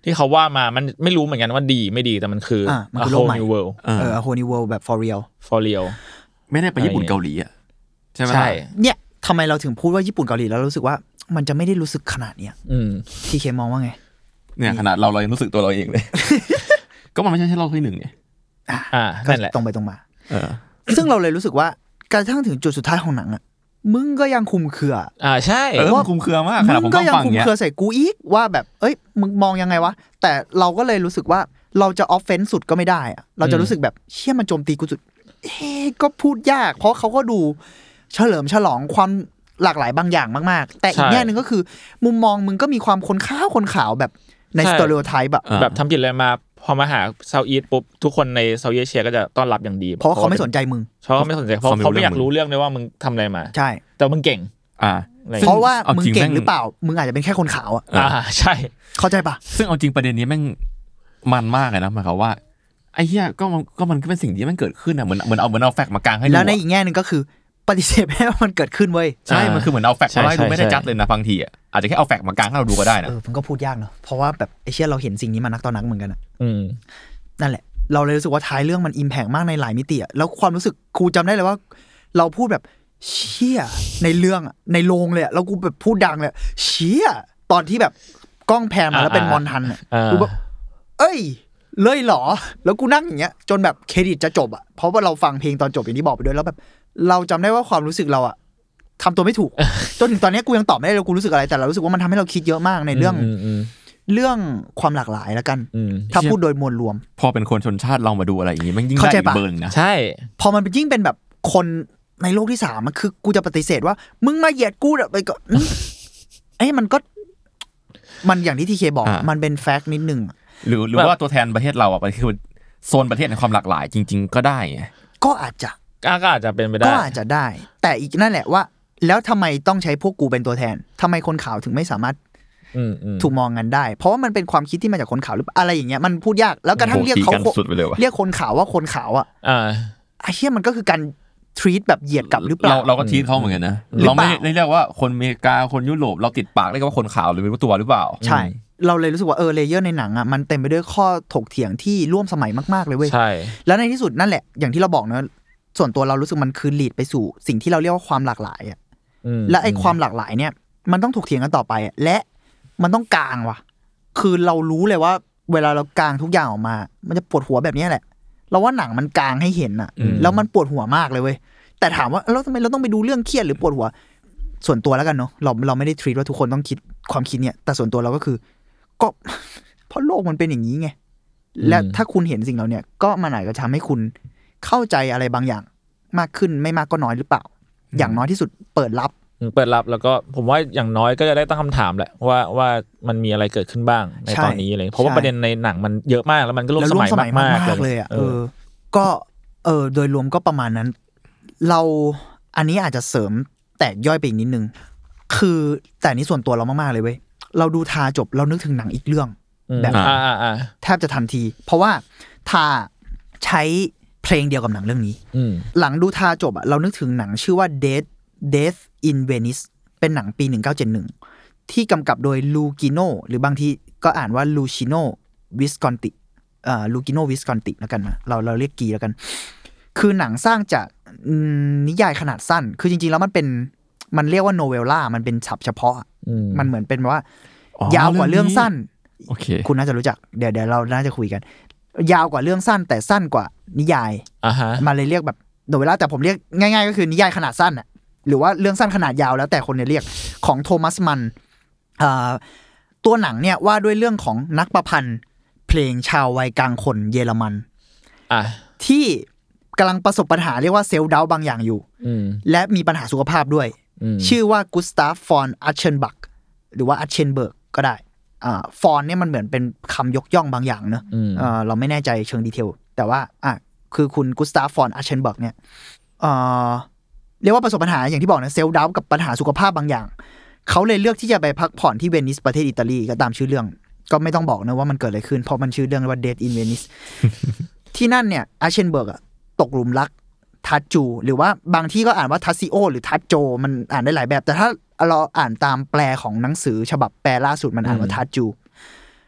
ที่เขาว่ามามันไม่รู้เหมือนกันว่าดีไม่ดีแต่มันคืออ่ะมัน a คือโลก whole ใหม่ new world เออ a whole new world แบบ for real for real ไม่ได้ไปญี่ปุ่นเกาหลีอ่ะใช่ไหมใช่เนี่ยทำไมเราถึงพูดว่าญี่ปุ่นเกาหลีแล้วรู้สึกว่ามันจะไม่ได้รู้สึกขนาดเนี้ยอืมทีเคมองว่าไงเนี่ยขนาดเราเรายังรู้สึกตัวเราเองเลย ก็มันไม่ใช่แค่เราที่หนึ่งไงอ่านั่นแหละตรงไปตรงมาเออซึ่งเราเลยรู้สึกว่ากระทั่งถึงจุดสุดท้ายของหนังอ่ะมึงก็ยังคุมเครืออ่าใช่เออมันคุมเครือมากขนาดผมมึงก็ต้องยังฟังคุมเงี้ยเครือใส่กูอีกว่าแบบเอ้ยมึงมองยังไงวะแต่เราก็เลยรู้สึกว่าเราจะออฟเฟนส์สุดก็ไม่ได้อะเราจะรู้สึกแบบเชี่ยมันโจมตีกูสุดเฮ้ก็พูดยากเพราะเขาก็ดูเฉลิมฉลองความหลากหลายบางอย่างมากๆแต่อีกแง่นึงก็คือมุมมองมึงก็มีความคนขาวคนขาวแบบในสเตอริโอไทป์แบบแบบทำผิดอะไรมาพอมาหาเซาท์อีสต์ปุ๊บทุกคนในเซาท์อีสเอเชียก็จะต้อนรับอย่างดีเพราะเขาไม่สนใจมึงเพราะเขาไม่สนใจเพราะเขาไม่อยากรู้เรื่องเลยว่ามึงทำอะไรมาใช่แต่มึงเก่งอ่าเพราะว่าเอามึงจริงเก่แม่งงหรือเปล่ามึงอาจจะเป็นแค่คนขาวอ่ะอ่าใช่เข้าใจปะซึ่งเอาจริงประเด็นนี้แม่งมันมากเลยนะหมายความว่าไอ้เหี้ยก็มันก็มันก็เป็นสิ่งที่มันเกิดขึ้นอ่ะเหมือนเหมือนเอาเหมือนเอาแฟกต์มากางให้ดูแล้วในอีกแง่นึงก็คือปฏิเสธไม่ได้ว่ามันเกิดขึ้นเว้ยใช่มันคือเหมือนเอาแฟกต์มาให้ดูไม่ได้จัดเลยนะบางทีอ่ะอาจจะแค่เอาแฟกต์มากางให้เราดูก็ได้นะเออมันก็พูดยากเนาะเพราะว่าแบบไอ้เชี่ยเราเห็นสิ่งนี้มานักต่อนักเหมือนกันอะอืมนั่นแหละเราเลยรู้สึกว่าท้ายเรื่องมันอิมแพกมากในหลายมิติอะแล้วความรู้สึกครูจำได้เลยว่า เราพูดแบบเชี่ยในเรื่องอะในโรงเลยอะแล้วกูแบบพูดดังเลยเชี่ยตอนที่แบบกล้องแพนมาแล้วเป็นมอนทันอะกูแบบเอ้ยเลยเหรอแล้วกูนั่งอย่างเงี้ยจนแบบเครดิตจะจบอะเพราะว่าเราฟังเพลงตอนจบอย่างที่บอกไปด้วยแล้วแบบเราจำได้ว่าความรู้สึกเราอะทำตัวไม่ถูก จนถึงตอนนี้กูยังตอบไม่ได้เลยกูรู้สึกอะไรแต่เรารู้สึกว่ามันทำให้เราคิดเยอะมากในเรื่องเรื่องความหลากหลายแล้วกันถ้าพูดโดยมวลรวมพอเป็นคนชนชาติลองมาดูอะไรอย่างงี้มันยิ่งได้อีกเบอร์นึงนะใช่พอมันเป็นยิ่งเป็นแบบคนในโลกที่สามมันคือกูจะปฏิเสธว่ามึงมาเหยียดกูแบบไปก็ไอ้มันก็มันอย่างที่ทีเคบอกมันเป็นแฟกต์นิดนึงหรือหรือว่าตัวแทนประเทศเราอ่ะมันคือโซนประเทศในความหลากหลายจริงๆก็ได้ไงก็อาจจะก็อาจจะเป็นไปได้ก็อาจจะได้แต่อีกนั่นแหละว่าแล้วทำไมต้องใช้พวกกูเป็นตัวแทนทำไมคนขาวถึงไม่สามารถถูกมองกันได้เพราะว่ามันเป็นความคิดที่มาจากคนขาวหรืออะไรอย่างเงี้ยมันพูดยากแล้วกระทั่งเรียกเขาเรียกคนขาวว่าคนขาวอ่ะไอ้เหี้ยมันก็คือการทรีตแบบเหยียดกลับหรือเปล่าเราเราก็ทรีตเขาเหมือนกันนะเราไม่ได้เรียกว่าคนอเมริกาคนยุโรปเราติดปากเรียกว่าคนขาวหรือไม่รู้ตัวหรือเปล่าใช่เราเลยรู้สึกว่าเออเลเยอร์ในหนังอ่ะมันเต็มไปด้วยข้อถกเถียงที่ร่วมสมัยมากๆเลยเว้ยใช่แล้วในที่สุดนั่นแหละอย่างที่เราบอกนะส่วนตัวเรารู้สึกมันคือลีดไปสู่สิ่งที่เราเรียกว่าความหลากหลายอ่ะและไอ้ความหลากหลายเนี่ยมันต้องถกเถียงกันต่อไปอ่ะและมันต้องกลางว่ะคือเรารู้เลยว่าเวลาเรากลางทุกอย่างออกมามันจะปวดหัวแบบนี้แหละเราว่าหนังมันกลางให้เห็นอ่ะแล้วมันปวดหัวมากเลยเว้ยแต่ถามว่าแล้วทำไมเราต้องไปดูเรื่องเครียดหรือปวดหัวส่วนตัวแล้วกันเนาะเราเราไม่ได้ทรีตว่าทุกคนต้องคิดความคิดเนี่ยแต่ส่วนตัวเราก็คือก็เพราะโลกมันเป็นอย่างนี้ไงและถ้าคุณเห็นสิ่งเราเนี่ยก็มันอาจจะทำให้คุณเข้าใจอะไรบางอย่างมากขึ้นไม่มากก็น้อยหรือเปล่าอย่างน้อยที่สุดเปิดรับเปิดรับแล้วก็ผมว่าอย่างน้อยก็จะได้ตั้งคำถามแหละว่าว่ามันมีอะไรเกิดขึ้นบ้างในตอนนี้อะไรเพราะว่าประเด็นในหนังมันเยอะมากแล้วมันก็ร่วมสมัยมากๆเลยอ่ะเออก็เออโดยรวมก็ประมาณนั้นเราอันนี้อาจจะเสริมแตกย่อยไปอีกนิดนึงคือแต่นี้ส่วนตัวเรามากๆเลยเว้ยเราดูทาจบเรานึกถึงหนังอีกเรื่องแบบแทบจะทันทีเพราะว่าทาใช้เพลงเดียวกับหนังเรื่องนี้หลังดูทาจบอ่ะเรานึกถึงหนังชื่อว่า Death Death in Venice เป็นหนังปีหนึ่งเก้าเจ็ดหนึ่งที่กำกับโดยลูกิโนหรือบางทีก็อ่านว่าลูชิโนวิสคอนติเอ่อลูกิโนวิสคอนติแล้วกันนะเราเราเรียกกีแล้วกันคือหนังสร้างจากนิยายขนาดสั้นคือจริงๆแล้วมันเป็นมันเรียกว่าโนเวลล่ามันเป็นศัพท์เฉพาะมันเหมือนเป็นว่ายาวกว่าเรื่องสั้นโอเคคุณน่าจะรู้จักเดี๋ยวเดี๋ยวเราน่าจะคุยกันยาวกว่าเรื่องสั้นแต่สั้นกว่านิยายอ่าฮะมาเลยเรียกแบบโนเวลล่าแต่ผมเรียกง่ายๆก็คือนิยายขนาดสั้นอ่ะหรือว่าเรื่องสั้นขนาดยาวแล้วแต่คนเนี่ยเรียกของโทมัสมันอ่าตัวหนังเนี่ยว่าด้วยเรื่องของนักประพันธ์เพลงชาววัยกลางคนเยอรมันอ่ะที่กำลังประสบปัญหาเรียกว่าเซลล์ดาวบางอย่างอยู่และมีปัญหาสุขภาพด้วยชื่อว่ากุสตาฟฟอนอัชเชนบักหรือว่าอัชเชนเบิร์กก็ได้อ่าฟอนเนี่ยมันเหมือนเป็นคำยกย่องบางอย่างเนอะอ่าเราไม่แน่ใจเชิงดีเทลแต่ว่าอ่ะคือคุณกุสตาฟฟอนอัชเชนเบิร์กเนี่ยอ่าเรียกว่าประสบปัญหาอย่างที่บอกนะเซลล์ดาวกับปัญหาสุขภาพบางอย่างเขาเลยเลือกที่จะไปพักผ่อนที่เวนิสประเทศอิตาลีก็ตามชื่อเรื่องก็ไม่ต้องบอกนะว่ามันเกิดอะไรขึ้นเพราะมันชื่อเรื่องว่า Death in Venice ที่นั่นเนี่ยอัชเชนเบิร์กอะตกหลุมรักทัชจูหรือว่าบางที่ก็อ่านว่าทัสซิโอหรือทัชโจมันอ่านได้หลายแบบแต่ถ้าเราอ่านตามแปลของหนังสือฉบับแปลล่าสุดมันอ่านว่าทัชจู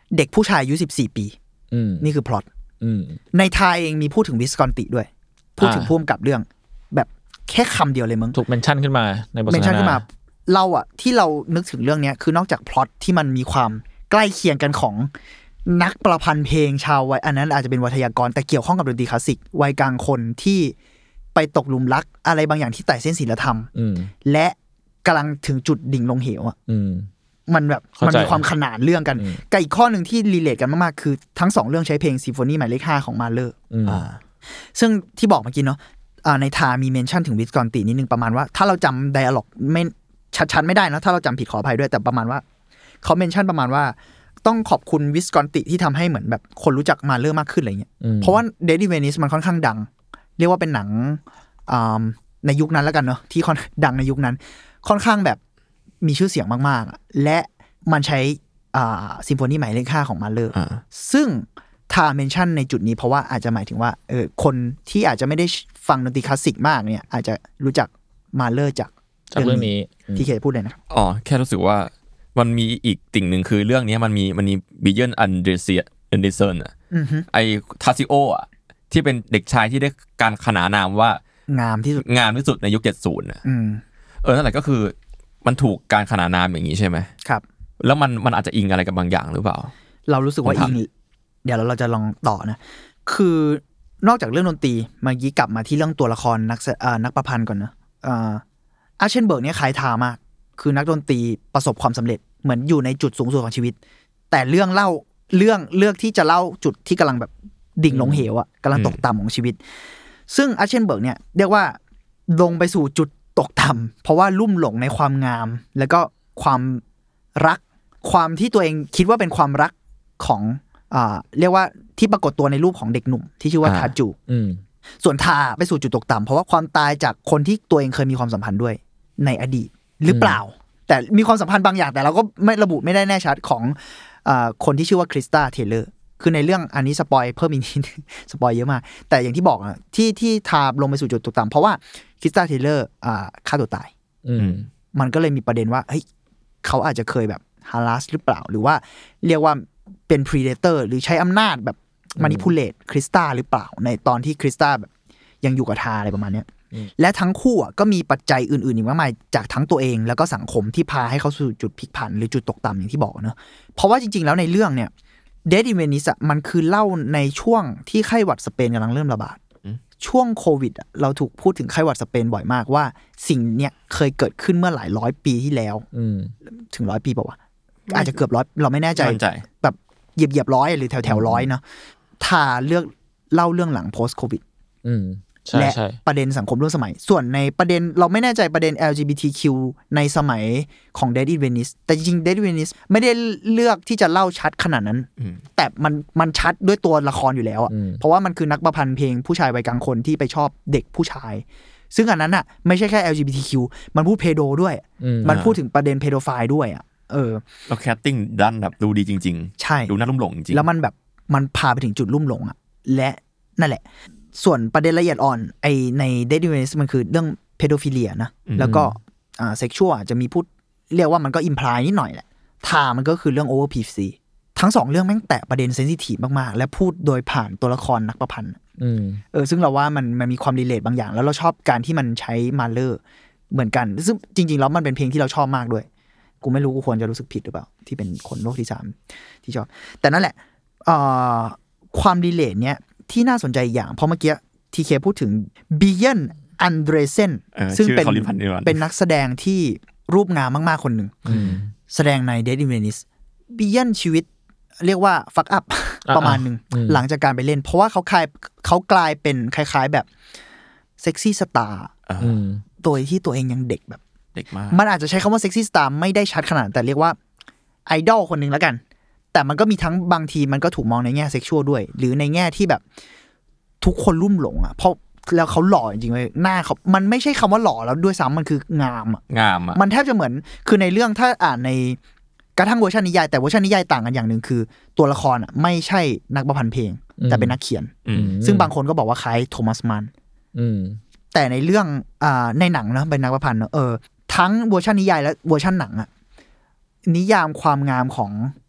เด็กผู้ชายอายุสิบสี่ปีนี่คือพล็อตในไทยเองมีพูดถึงวิสคอนติด้วยพูดถึงผู้กำกับเรื่องแบบแค่คำเดียวเลยมึงถูกเมนชั่นขึ้นมาในบทสนทนาเมนชั่นขึ้นมาเราอะที่เรานึกถึงเรื่องนี้คือนอกจากพล็อตที่มันมีความใกล้เคียงกันของนักประพันธ์เพลงชาววัยอันนั้นอาจจะเป็นวัทยากรแต่เกี่ยวข้องกับดนตรีคลาสสิกวัยกลางคนที่ไปตกหลุมรักอะไรบางอย่างที่ไต่เส้นศีลธรรมและกำลังถึงจุดดิ่งลงเหวอ่ะมันแบบมันมีความขนานเรื่องกันกับอีกข้อหนึ่งที่รีเลทกันมากๆคือทั้งสองเรื่องใช้เพลงซิมโฟนีหมายเลขห้าของมาเลอร์ซึ่งที่บอกเมื่อกี้เนาะในทามีเมนชั่นถึงวิสคอนตินิดนึงประมาณว่าถ้าเราจำไดอะล็อกไม่ชัดๆไม่ได้นะถ้าเราจำผิดขออภัยด้วยแต่ประมาณว่าเขาเมนชั่นประมาณว่าต้องขอบคุณวิสคอนติที่ทำให้เหมือนแบบคนรู้จักมาเลอร์มากขึ้นอะไรเงี้ยเพราะว่าเดดดี้เวนิสมันค่อนข้างดังเรียกว่าเป็นหนังในยุคนั้นแล้วกันเนาะที่ค่อนดังในยุคนั้นค่อนข้างแบบมีชื่อเสียงมากๆและมันใช้ซิมโฟนีหมายเลขห้าของมาเลอร์ซึ่งทาเมนชั่นในจุดนี้เพราะว่าอาจจะหมายถึงว่าเออคนที่อาจจะไม่ได้ฟังดนตรีคลาสสิกมากเนี่ยอาจจะรู้จักมาเลอร์จากเรื่องนี้ที่เคพูดเลยนะอ๋อแค่รู้สึกว่ามันมีอีกติ่งหนึ่งคือเรื่องนี้มันมีมันมีบิยอนอันเดเซียอันเดเซนอ่ะไอทาซิโออ่ะที่เป็นเด็กชายที่ได้การขนานนามว่างามที่สุดงามที่สุดในยุคเจ็ดสิบน่ะเออนั่นแหละก็คือมันถูกการขนานนามอย่างนี้ใช่ไหมครับแล้วมันมันอาจจะอิงอะไรกับบางอย่างหรือเปล่าเรารู้สึกว่าอิงเดี๋ยวเราจะลองต่อนะคือนอกจากเรื่องดนตรีเมื่อกี้กลับมาที่เรื่องตัวละครนักนักประพันธ์ก่อนนะอาร์เชนเบิร์กเนี่ยคล้ายทามากคือนักดนตรีประสบความสำเร็จเหมือนอยู่ในจุดสูงสุดของชีวิตแต่เรื่องเล่าเรื่องเลือกที่จะเล่าจุดที่กำลังแบบดิ่งลงเหวอ่ะกำลังตกต่ำของชีวิตซึ่งอาร์เชนเบิร์กเนี่ยเรียกว่าลงไปสู่จุดตกต่ำเพราะว่าลุ่มหลงในความงามแล้วก็ความรักความที่ตัวเองคิดว่าเป็นความรักของอ่าเรียกว่าที่ปรากฏตัวในรูปของเด็กหนุ่มที่ชื่อว่าทาจูส่วนทาไปสู่จุดตกต่ำเพราะว่าความตายจากคนที่ตัวเองเคยมีความสัมพันธ์ด้วยในอดีตหรือเปล่าแต่มีความสัมพันธ์บางอย่างแต่เราก็ไม่ระบุไม่ได้แน่ชัดของอ่าคนที่ชื่อว่าคริสตาเทเลอร์คือในเรื่องอันนี้สปอยเพิ่มอีกนิดสปอยเยอะมากแต่อย่างที่บอกอ่ะที่ที่ทาลงไปสู่จุดตกต่ำเพราะว่าคริสตาเทเลอร์อ่าฆ่าตัวตายมันก็เลยมีประเด็นว่าเฮ้ยเขาอาจจะเคยแบบฮาราสหรือเปล่าหรือว่าเรียกว่าเป็นพรีเดเตอร์หรือใช้อำนาจแบบมานิพูเลตคริสตาหรือเปล่าในตอนที่คริสตาแบบยังอยู่กับทาอะไรประมาณนี้และทั้งคู่อ่ะก็มีปัจจัยอื่นๆอีกมากมายจากทั้งตัวเองแล้วก็สังคมที่พาให้เขาสู่จุดพลิกผันหรือจุดตกต่ำอย่างที่บอกเนอะเพราะว่าจริงๆแล้วในเรื่องเนี่ยเดดอินเวนิสมันคือเล่าในช่วงที่ไข้หวัดสเปนกำลังเริ่มระบาดช่วงโควิดเราถูกพูดถึงไข้หวัดสเปนบ่อยมากว่าสิ่งเนี้ยเคยเกิดขึ้นเมื่อหลายร้อยปีที่แล้วถึงร้อยปีป่าววะอาจจะเกือบร้อยเราไม่แน่ใจแบบเหยียบเหยียบร้อยหรือแถวแถวร้อยเนาะถ้าเลือกเล่าเรื่องหลัง post covid และประเด็นสังคมร่วมสมัยส่วนในประเด็นเราไม่แน่ใจประเด็น แอล จี บี ที คิว ในสมัยของ Dead in Venice แต่จริงๆ Dead in Venice ไม่ได้เลือกที่จะเล่าชัดขนาดนั้นแต่มันมันชัดด้วยตัวละครอยู่แล้วอ่ะเพราะว่ามันคือนักประพันธ์เพลงผู้ชายวัยกลางคนที่ไปชอบเด็กผู้ชายซึ่งอันนั้นอ่ะไม่ใช่แค่ แอล จี บี ที คิว มันพูดเพโดด้วยมันพูดถึงประเด็นเพโดไฟล์ด้วยอ่ะเออแล้วแคสติ้งดันแบบดูดีจริงๆใช่ดูน่าลุ่มหลงจริงแล้วมันแบบมันพาไปถึงจุดลุ่มหลงอ่ะและนั่นแหละส่วนประเด็นละเอียดอ่อนไอใน Dead in Venice มันคือเรื่องเพโดฟิเลียนะแล้วก็อ่าเซ็กชวลจะมีพูดเรียกว่ามันก็อิมพลายนิดหน่อยแหละทามันก็คือเรื่อง over พี ซี ทั้งสองเรื่องแม่งแตะประเด็นเซนซิทีฟมากๆและพูดโดยผ่านตัวละครนักประพันธ์เออซึ่งเราว่ามันมันมีความรีเลทบางอย่างแล้วเราชอบการที่มันใช้มาเลอร์เหมือนกันซึ่งจริงๆแล้วมันเป็นเพลงที่เราชอบมากด้วยกูไม่รู้กูควรจะรู้สึกผิดหรือเปล่าที่เป็นคนโลกที่สามที่ชอบแต่นั่นแหละความรีเลทเนี้ยที่น่าสนใจอย่างเพราะเมื่อกี้ทีเคพูดถึงบิยอนอันเดรเซนซึ่งเป็นเป็นนักแสดงที่รูปงามมากๆคนหนึ่งแสดงใน Dead in Venice บิยอนชีวิตเรียกว่าฟักอัพประมาณหนึ่งหลังจากการไปเล่นเพราะว่าเขาคลายเขากลายเป็นคล้ายๆแบบเซ็กซี่สตาร์โดยที่ตัวเองยังเด็กแบบเด็กมากมันอาจจะใช้คำว่าเซ็กซี่สตาร์ไม่ได้ชัดขนาดแต่เรียกว่าไอดอลคนหนึ่งแล้วกันแต่มันก็มีทั้งบางทีมันก็ถูกมองในแง่เซ็กชวลด้วยหรือในแง่ที่แบบทุกคนลุ่มหลงอ่ะเพราะแล้วเขาหล่อจริงๆเลยหน้าเขามันไม่ใช่คำว่าหล่อแล้วด้วยซ้ำมันคืองามอ่ะงามอ่ะมันแทบจะเหมือนคือในเรื่องถ้าอ่านในกระทั่งเวอร์ชันนิยายแต่เวอร์ชันนิยายต่างกันอย่างนึงคือตัวละครอ่ะไม่ใช่นักประพันธ์เพลงแต่เป็นนักเขียนซึ่งบางคนก็บอกว่าคล้ายโทมัสมันแต่ในเรื่องอ่าในหนังนะเป็นนักประพันธ์เออทั้งเวอร์ชันนิยายและเวอร์ชันหนังอ่ะนิยามความงามของ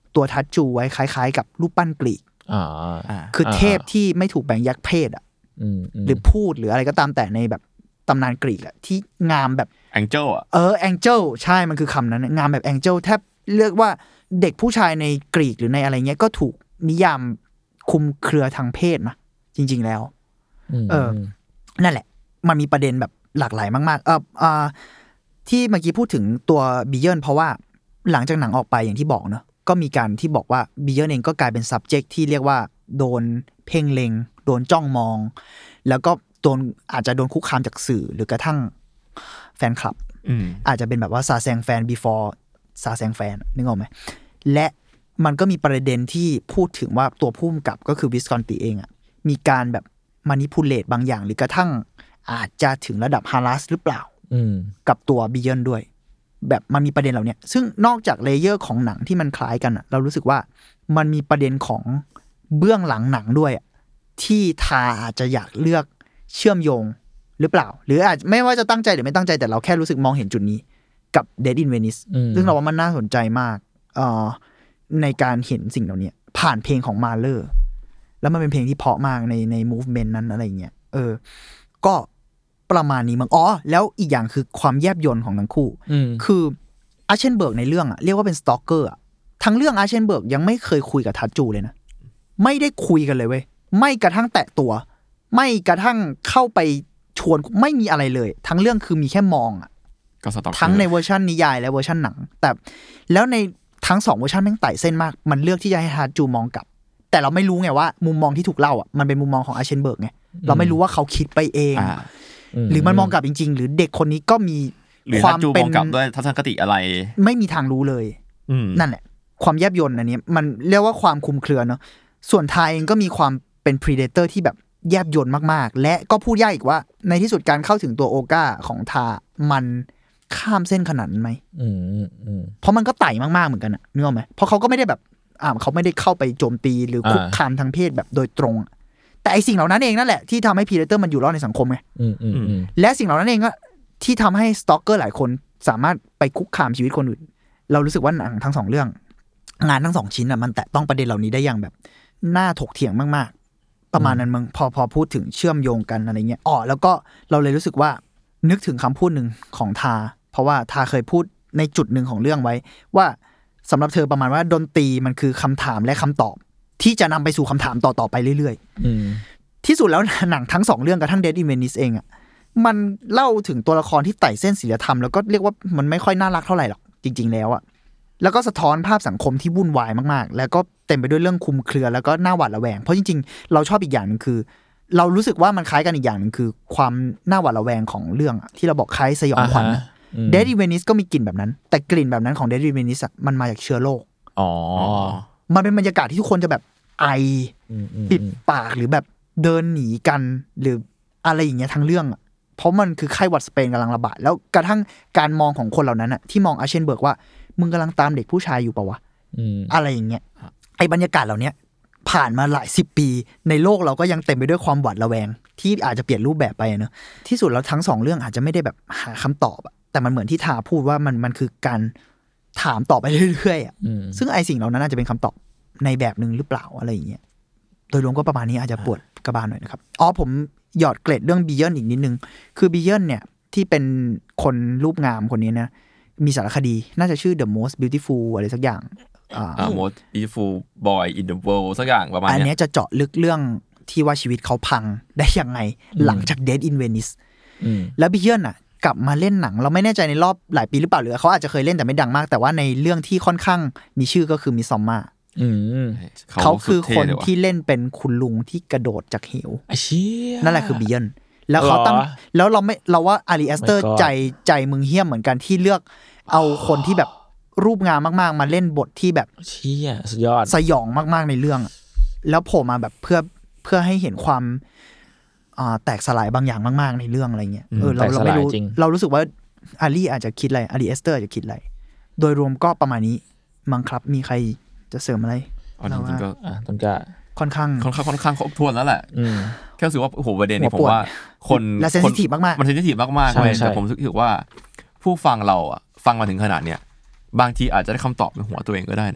ตัวทัชจูไว้คล้ายๆกับรูปปั้นกรีกอ่าคือเทพที่ไม่ถูกแบ่งแยกเพศอ่ะหรือพูดหรืออะไรก็ตามแต่ในแบบตำนานกรีกอ่ะที่งามแบบแองเจิลอ่ะเออแองเจิลใช่มันคือคำนั้นงามแบบแองเจิลแทบเรียกว่าเด็กผู้ชายในกรีกหรือในอะไรเงี้ยก็ถูกนิยามคุมเครือทางเพศนะจริงๆแล้วเออนั่นแหละมันมีประเด็นแบบหลากหลายมากๆเอออ่าที่เมื่อกี้พูดถึงตัวบิเยิร์นเพราะว่าหลังจากหนังออกไปอย่างที่บอกเนอะก็มีการที่บอกว่าบิเยิร์นเองก็กลายเป็น subject ที่เรียกว่าโดนเพ่งเล็งโดนจ้องมองแล้วก็โดนอาจจะโดนคุกคามจากสื่อหรือกระทั่งแฟนคลับอาจจะเป็นแบบว่าซาแซงแฟน before ซาแซงแฟนนึกออกไหมและมันก็มีประเด็นที่พูดถึงว่าตัวผู้กำกับก็คือวิสคอนติเองอ่ะมีการแบบมานิพูเลตบางอย่างหรือกระทั่งอาจจะถึงระดับฮารัสหรือเปล่ากับตัวบิเยิร์นด้วยแบบมันมีประเด็นเหล่านี้ซึ่งนอกจากเลเยอร์ของหนังที่มันคล้ายกันอ่ะเรารู้สึกว่ามันมีประเด็นของเบื้องหลังหนังด้วยที่ทาอาจจะอยากเลือกเชื่อมโยงหรือเปล่าหรืออาจไม่ว่าจะตั้งใจหรือไม่ตั้งใจแต่เราแค่รู้สึกมองเห็นจุดนี้กับ Dead in Venice ซึ่งเราว่ามันน่าสนใจมากเอ่อในการเห็นสิ่งเหล่านี้ผ่านเพลงของมาเลอร์แล้วมันเป็นเพลงที่เพราะมากในใน movement นั้นอะไรเงี้ยเออก็ประมาณนี้มั้งอ๋อแล้วอีกอย่างคือความแยบยลของทั้งคู่คืออาร์เชนเบิร์กในเรื่องอ่ะเรียกว่าเป็นสตอกเกอร์อ่ะทั้งเรื่องอาร์เชนเบิร์กยังไม่เคยคุยกับทัชจูเลยนะไม่ได้คุยกันเลยเว้ยไม่กระทั่งแตะตัวไม่กระทั่งเข้าไปชวนไม่มีอะไรเลยทั้งเรื่องคือมีแค่มองอ่ะทั้งในเวอร์ชันนิยายและเวอร์ชันหนังแต่แล้วในทั้งสองเวอร์ชันแม่งไต่เส้นมากมันเลือกที่จะให้ทัชจูมองกลับแต่เราไม่รู้ไงว่ามุมมองที่ถูกเล่าอ่ะมันเป็นมุมมองของอาร์เชนเบิร์กไงเราไม่รู้ว่าเขาคิดไปเองหรือมันมองกลับจริงๆหรือเด็กคนนี้ก็มีความเป็นมองกลับด้วยทัศนคติอะไรไม่มีทางรู้เลยนั่นแหละความแยบยลอันนี้มันเรียกว่าความคลุมเครือเนาะส่วนทาเองก็มีความเป็น Predator ที่แบบแยบยลมากๆและก็พูดยากอีกว่าในที่สุดการเข้าถึงตัวโอก้าของทามันข้ามเส้นขนาดนั้นไหมเพราะมันก็ไต่มากๆเหมือนกันอะนึกออกไหมเพราะเขาก็ไม่ได้แบบอ่าเขาไม่ได้เข้าไปโจมตีหรือคุกคามทางเพศแบบโดยตรงแต่ไอสิ่งเหล่านั้นเองนั่นแหละที่ทำให้ Predator มันอยู่รอดในสังคมไงและสิ่งเหล่านั้นเองก็ที่ทำให้สตอกเกอร์หลายคนสามารถไปคุกคามชีวิตคนอื่นเรารู้สึกว่าหนังทั้งสองเรื่องงานทั้งสองชิ้นอ่ะมันแตะต้องประเด็นเหล่านี้ได้อย่างแบบน่าถกเถียงมากๆประมาณนั้นมึงพอพอพูดถึงเชื่อมโยงกันอะไรเงี้ยอ๋อแล้วก็เราเลยรู้สึกว่านึกถึงคำพูดหนึ่งของทาเพราะว่าทาเคยพูดในจุดหนึ่งของเรื่องไว้ว่าสำหรับเธอประมาณว่าดนตรีมันคือคำถามและคำตอบที่จะนำไปสู่คำถามต่อๆไปเรื่อยๆที่สุดแล้วหนังทั้งสองเรื่องกับทั้ง Dead in Venice เองอ่ะมันเล่าถึงตัวละครที่ไต่เส้นศีลธรรมแล้วก็เรียกว่ามันไม่ค่อยน่ารักเท่าไหร่หรอกจริงๆแล้วอ่ะแล้วก็สะท้อนภาพสังคมที่วุ่นวายมากๆแล้วก็เต็มไปด้วยเรื่องคุมเครือแล้วก็น่าหวาดระแวงเพราะจริงๆเราชอบอีกอย่างนึงคือเรารู้สึกว่ามันคล้ายกันอีกอย่างนึงคือความน่าหวาดระแวงของเรื่องที่เราบอกคล้ายสยองขวัญ Dead in Venice ก็มีกลิ่นแบบนั้นแต่กลิ่นแบบนั้นของ Dead in Venice มันมาจากเชื้อโรคอ๋อมันเป็นบรรยากาศที่ทุกคนจะแบบไอปิดปากหรือแบบเดินหนีกันหรืออะไรอย่างเงี้ยทั้งเรื่องอ่ะเพราะมันคือไข้หวัดสเปนกำลังระบาดแล้วกระทั่งการมองของคนเหล่านั้นอ่ะที่มองอาร์เชนเบิร์กว่ามึงกำลังตามเด็กผู้ชายอยู่ป่าวะอะไรอย่างเงี้ยไอ้บรรยากาศเหล่านี้ผ่านมาหลายสิบปีในโลกเราก็ยังเต็มไปด้วยความหวาดระแวงที่อาจจะเปลี่ยนรูปแบบไปเนอะที่สุดแล้วทั้งสองเรื่องอาจจะไม่ได้แบบหาคำตอบอะแต่มันเหมือนที่ทาพูดว่ามันมันคือการถามต่อไปเรื่อยๆอ่ะซึ่งไอ้สิ่งเหล่านั้นอาจจะเป็นคำตอบในแบบนึงหรือเปล่าอะไรอย่างเงี้ยโดยรวมก็ประมาณนี้อาจจะปวดกระบาลหน่อยนะครับอ๋อผมหยอดเกร็ดเรื่องบิเยิร์นอีกนิดนึงคือบิเยิร์นเนี่ยที่เป็นคนรูปงามคนนี้นะมีสารคดีน่าจะชื่อ The Most Beautiful อะไรสักอย่างอ่า Most Beautiful Boy in the World สักอย่างประมาณนี้อันนี้จะเจาะลึกเรื่องที่ว่าชีวิตเขาพังได้ยังไงหลังจาก Dead in Venice แล้วบิเยิร์นอ่ะกลับมาเล่นหนังเราไม่แน่ใจในรอบหลายปีหรือเปล่าหรือเขาอาจจะเคยเล่นแต่ไม่ดังมากแต่ว่าในเรื่องที่ค่อนข้างมีชื่อก็คือมิซอมมาเขาคือคนที่เล่นเป็นคุณลุงที่กระโดดจากเหวนั่นแหละคือบิเยิร์นแล้วเขาตั้งแล้วเราไม่เราว่าอารีแอสเตอร์ใจใจมึงเหี้ยมเหมือนกันที่เลือกเอาคนที่แบบรูปงามมากๆมาเล่นบทที่แบบเชี่ยสุดยอดสยองมากๆในเรื่องแล้วโผล่มาแบบเพื่อเพื่อให้เห็นความอ่าแตกสลายบางอย่างมากๆในเรื่องอะไรเงี้ยเออเราเราไม่รู้เรารู้สึกว่าอารีอาจจะคิดอะไรอารีแอสเตอร์จะคิดอะไรโดยรวมก็ประมาณนี้มั้งครับมีใครจะเสริมอะไรอ๋อจริงๆก็อ่ะต้นกะค่อนข้างค่อนข้างค่อนข้างครบถ้วนแล้วแหละแค่รู้สึกว่าโอ้โหประเด็นนี้ผมว่าคนและเซนซิทีฟมากๆมันเซนซิทีฟมากๆเลยแต่ผมรู้สึกว่าผู้ฟังเราอ่ะฟังมาถึงขนาดเนี้ยบางทีอาจจะได้คำตอบในหัวตัวเองก็ได้นะ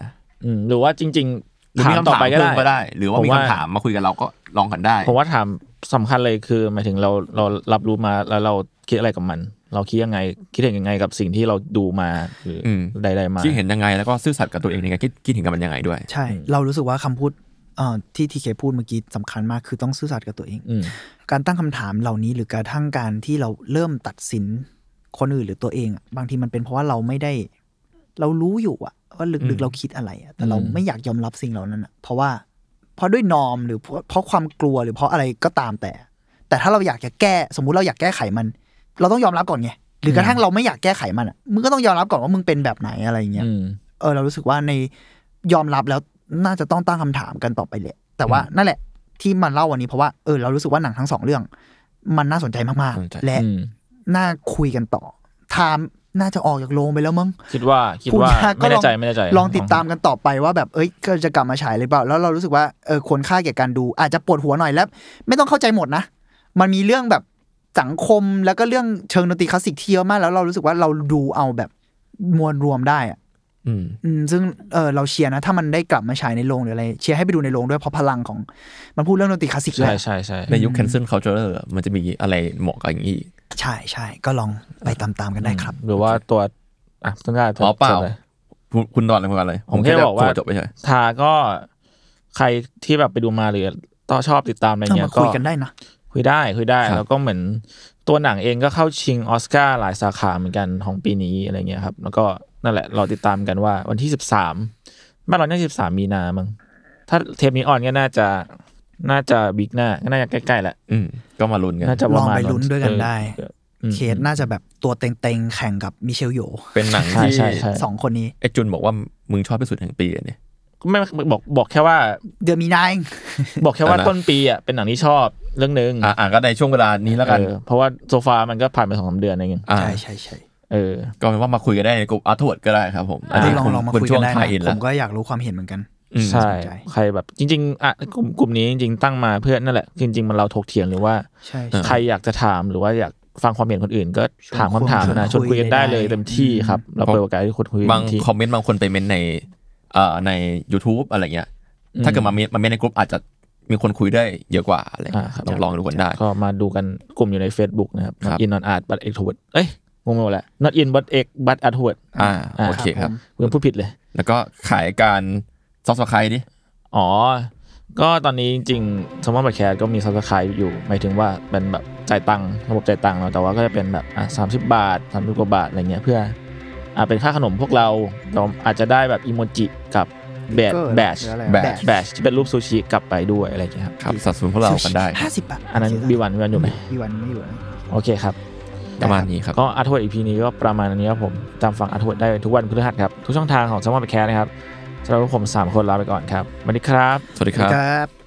อืมหรือว่าจริงหรือมีคำถามเพิ่มก็ได้หรือว่ามีคำถามมาคุยกับเราก็ลองกันได้ผมว่าถามสำคัญเลยคือหมายถึงเราเรารับรู้มาแล้วเราคิดอะไรกับมันเราคิดยังไงคิดเห็นยังไงกับสิ่งที่เราดูมาหรือใดๆมาคิดเห็นยังไงแล้วก็ซื่อสัตย์กับตัวเองในการคิดคิดเห็นกับมันยังไงด้วยใช่เรารู้สึกว่าคำพูดเอ่อที่ทีเคพูดเมื่อกี้สำคัญมากคือต้องซื่อสัตย์กับตัวเองการตั้งคำถามเหล่านี้หรือกระทั่งการที่เราเริ่มตัดสินคนอื่นหรือตัวเองบางทีมันเป็นเพราะว่าเราไม่ได้เรารู้อยู่อะว่าลึกๆเราคิดอะไรอะแต่เราไม่อยากยอมรับสิ่งเหล่านั้นอะเพราะว่าเพราะด้วยนอร์มหรือเพราะเพราะความกลัวหรือเพราะอะไรก็ตามแต่แต่ถ้าเราอยากจะแก้สมมุติเราอยากแก้ไขมันเราต้องยอมรับก่อนไงหรือกระทั่งเราไม่อยากแก้ไขมันอะมึงก็ต้องยอมรับก่อนว่ามึงเป็นแบบไหนอะไรอย่างเงี้ยเออเรารู้สึกว่าในยอมรับแล้วน่าจะต้องตั้งคำถามกันต่อไปเลยแต่ว่านั่นแหละที่มันเล่าวันนี้เพราะว่าเออเรารู้สึกว่าหนังทั้งสองเรื่องมันน่าสนใจมากๆและน่าคุยกันต่อไทม์น่าจะออกจากโรงไปแล้วมั้งคิดว่าคิดว่าไม่แน่ใจไม่แน่ใจลองติดตามกันต่อไปว่าแบบเอ้ยก็จะกลับมาฉายหรือเปล่าแล้วเรารู้สึกว่าเออควรค่าแก่การดูอาจจะปวดหัวหน่อยแล้วไม่ต้องเข้าใจหมดนะมันมีเรื่องแบบสังคมแล้วก็เรื่องเชิงดนตรีคลาสสิกที่เยอะมากแล้วเรารู้สึกว่าเราดูเอาแบบมวลรวมได้อ่ะอืมอืมซึ่งเออเราเชียร์นะถ้ามันได้กลับมาฉายในโรงหรืออะไรเชียร์ให้ไปดูในโรงด้วยเพราะพลังของมันพูดเรื่องดนตรีคลาสสิกใช่ใช่ใช่ในยุค cancel culture มันจะมีอะไรเหมาะกับอย่างนี้ใช่ใช่ก็ลองไปตามๆกันได้ครับหรือว่าตัวอ่ะต้นได้อ๋อเปล่าคุณดอนอะไรมาอะไรผมแค่บอกว่าจบไปใช่ทาก็ใครที่แบบไปดูมาหรือต้องชอบติดตามอะไรเงี้ยก็คุยกันได้นะคุยได้คุยได้แล้วก็เหมือนตัวหนังเองก็เข้าชิงออสการ์หลายสาขาเหมือนกันของปีนี้อะไรเงี้ยครับแล้วก็นั่นแหละเราติดตามกันว่าวันที่สิบสามบ้านเราเนี่ยสิบสามมีนามั้งถ้าเทปนี้ออนก็น่าจะน่าจะบิ๊กหน้าก็น่าจะใกล้ๆแหละอืมก็มาลุ้นกันน่าจะลองไปลุ้นด้วยกันได้เคสน่าจะแบบตัวเต็งๆแข่งกับมิเชลโยเป็นหนังที่สองคนนี้ไอ้จุนบอกว่ามึงชอบที่สุดแห่งปีเนี่ยไม่บอกบอกแค่ว่าเดือนมีนาบอกแค่ว่าต้นปีอ่ะเป็นหนังที่ชอบเรื่องนึงอ่าก็ในช่วงเวลานี้แล้วกันเพราะว่าโซฟามันก็ผ่านไป สองสาม เดือนเองใช่ใช่ใช่เออก็เป็นว่ามาคุยกันได้ในกลุ่มอาร์ทเวิร์ดก็ได้ครับผมอันนี้ลองลองมาคุยกันได้ผมก็อยากรู้ความเห็นเหมือนกันใช่ใครแบบจริงๆอ่ะกลุ่มกลุ่มนี้จริงๆตั้งมาเพื่อนั่นแหละจริงๆมันเราถกเถียงหรือว่าใครอยากจะถามหรือว่าอยากฟังความเห็นคนอื่นก็ถามคำถามนะชวนคุยกันได้เลยเต็มที่ครับเราเปิดโอกาสให้คนคุยบางคอมเมนต์บางคนไปเมนในเอ่อใน YouTube อะไรเงี้ยถ้าเกิดมาเมนมาเมนในกลุ่มอาจจะมีคนคุยได้เยอะกว่าอะไรลองลองดูกันได้ก็มาดูกันกลุ่มอยู่ใน Facebook นะครับ Not in Not Art but Extrovert เอ้ยงงไปหมดแล้ว Not in but X but Artward อ่าโอเคครับเพิ่งพูดผิดเลยแล้วก็ขายการ Subscribe ดิอ๋อก็ตอนนี้จริงๆ Salmon Podcast ก็มี Subscribe อยู่หมายถึงว่าเป็นแบบจ่ายตังค์ระบบจ่ายตังค์เนาะแต่ว่าก็จะเป็นแบบอ่ะสามสิบบาทสามสิบกว่าบาทอะไรเงี้ยเพื่ออ่ะเป็นค่าขนมพวกเราเราอาจจะได้แบบอีโมจิกับแบดแบชแบชแบชที่เป็นรูปซูชิกลับไปด้วยอะไรอย่างเงี้ยครับครับสัดส่วนพวกเรากันได้ห้าสิบบาทอันนั้นบีวันบีวันอยู่ไหมบีวันไม่อยู่โอเคครับประมาณนี้ครับก็อาร์ทเวิร์ด อี พี นี้ก็ประมาณนี้ครับผมตามฟังอาร์ทเวิร์ดได้ทุกวันพฤหัสครับทุกช่องทางของ Salmon Podcast นะครับสำหรับผมสามคนลาไปก่อนครับสวัสดีครับสวัสดีครับ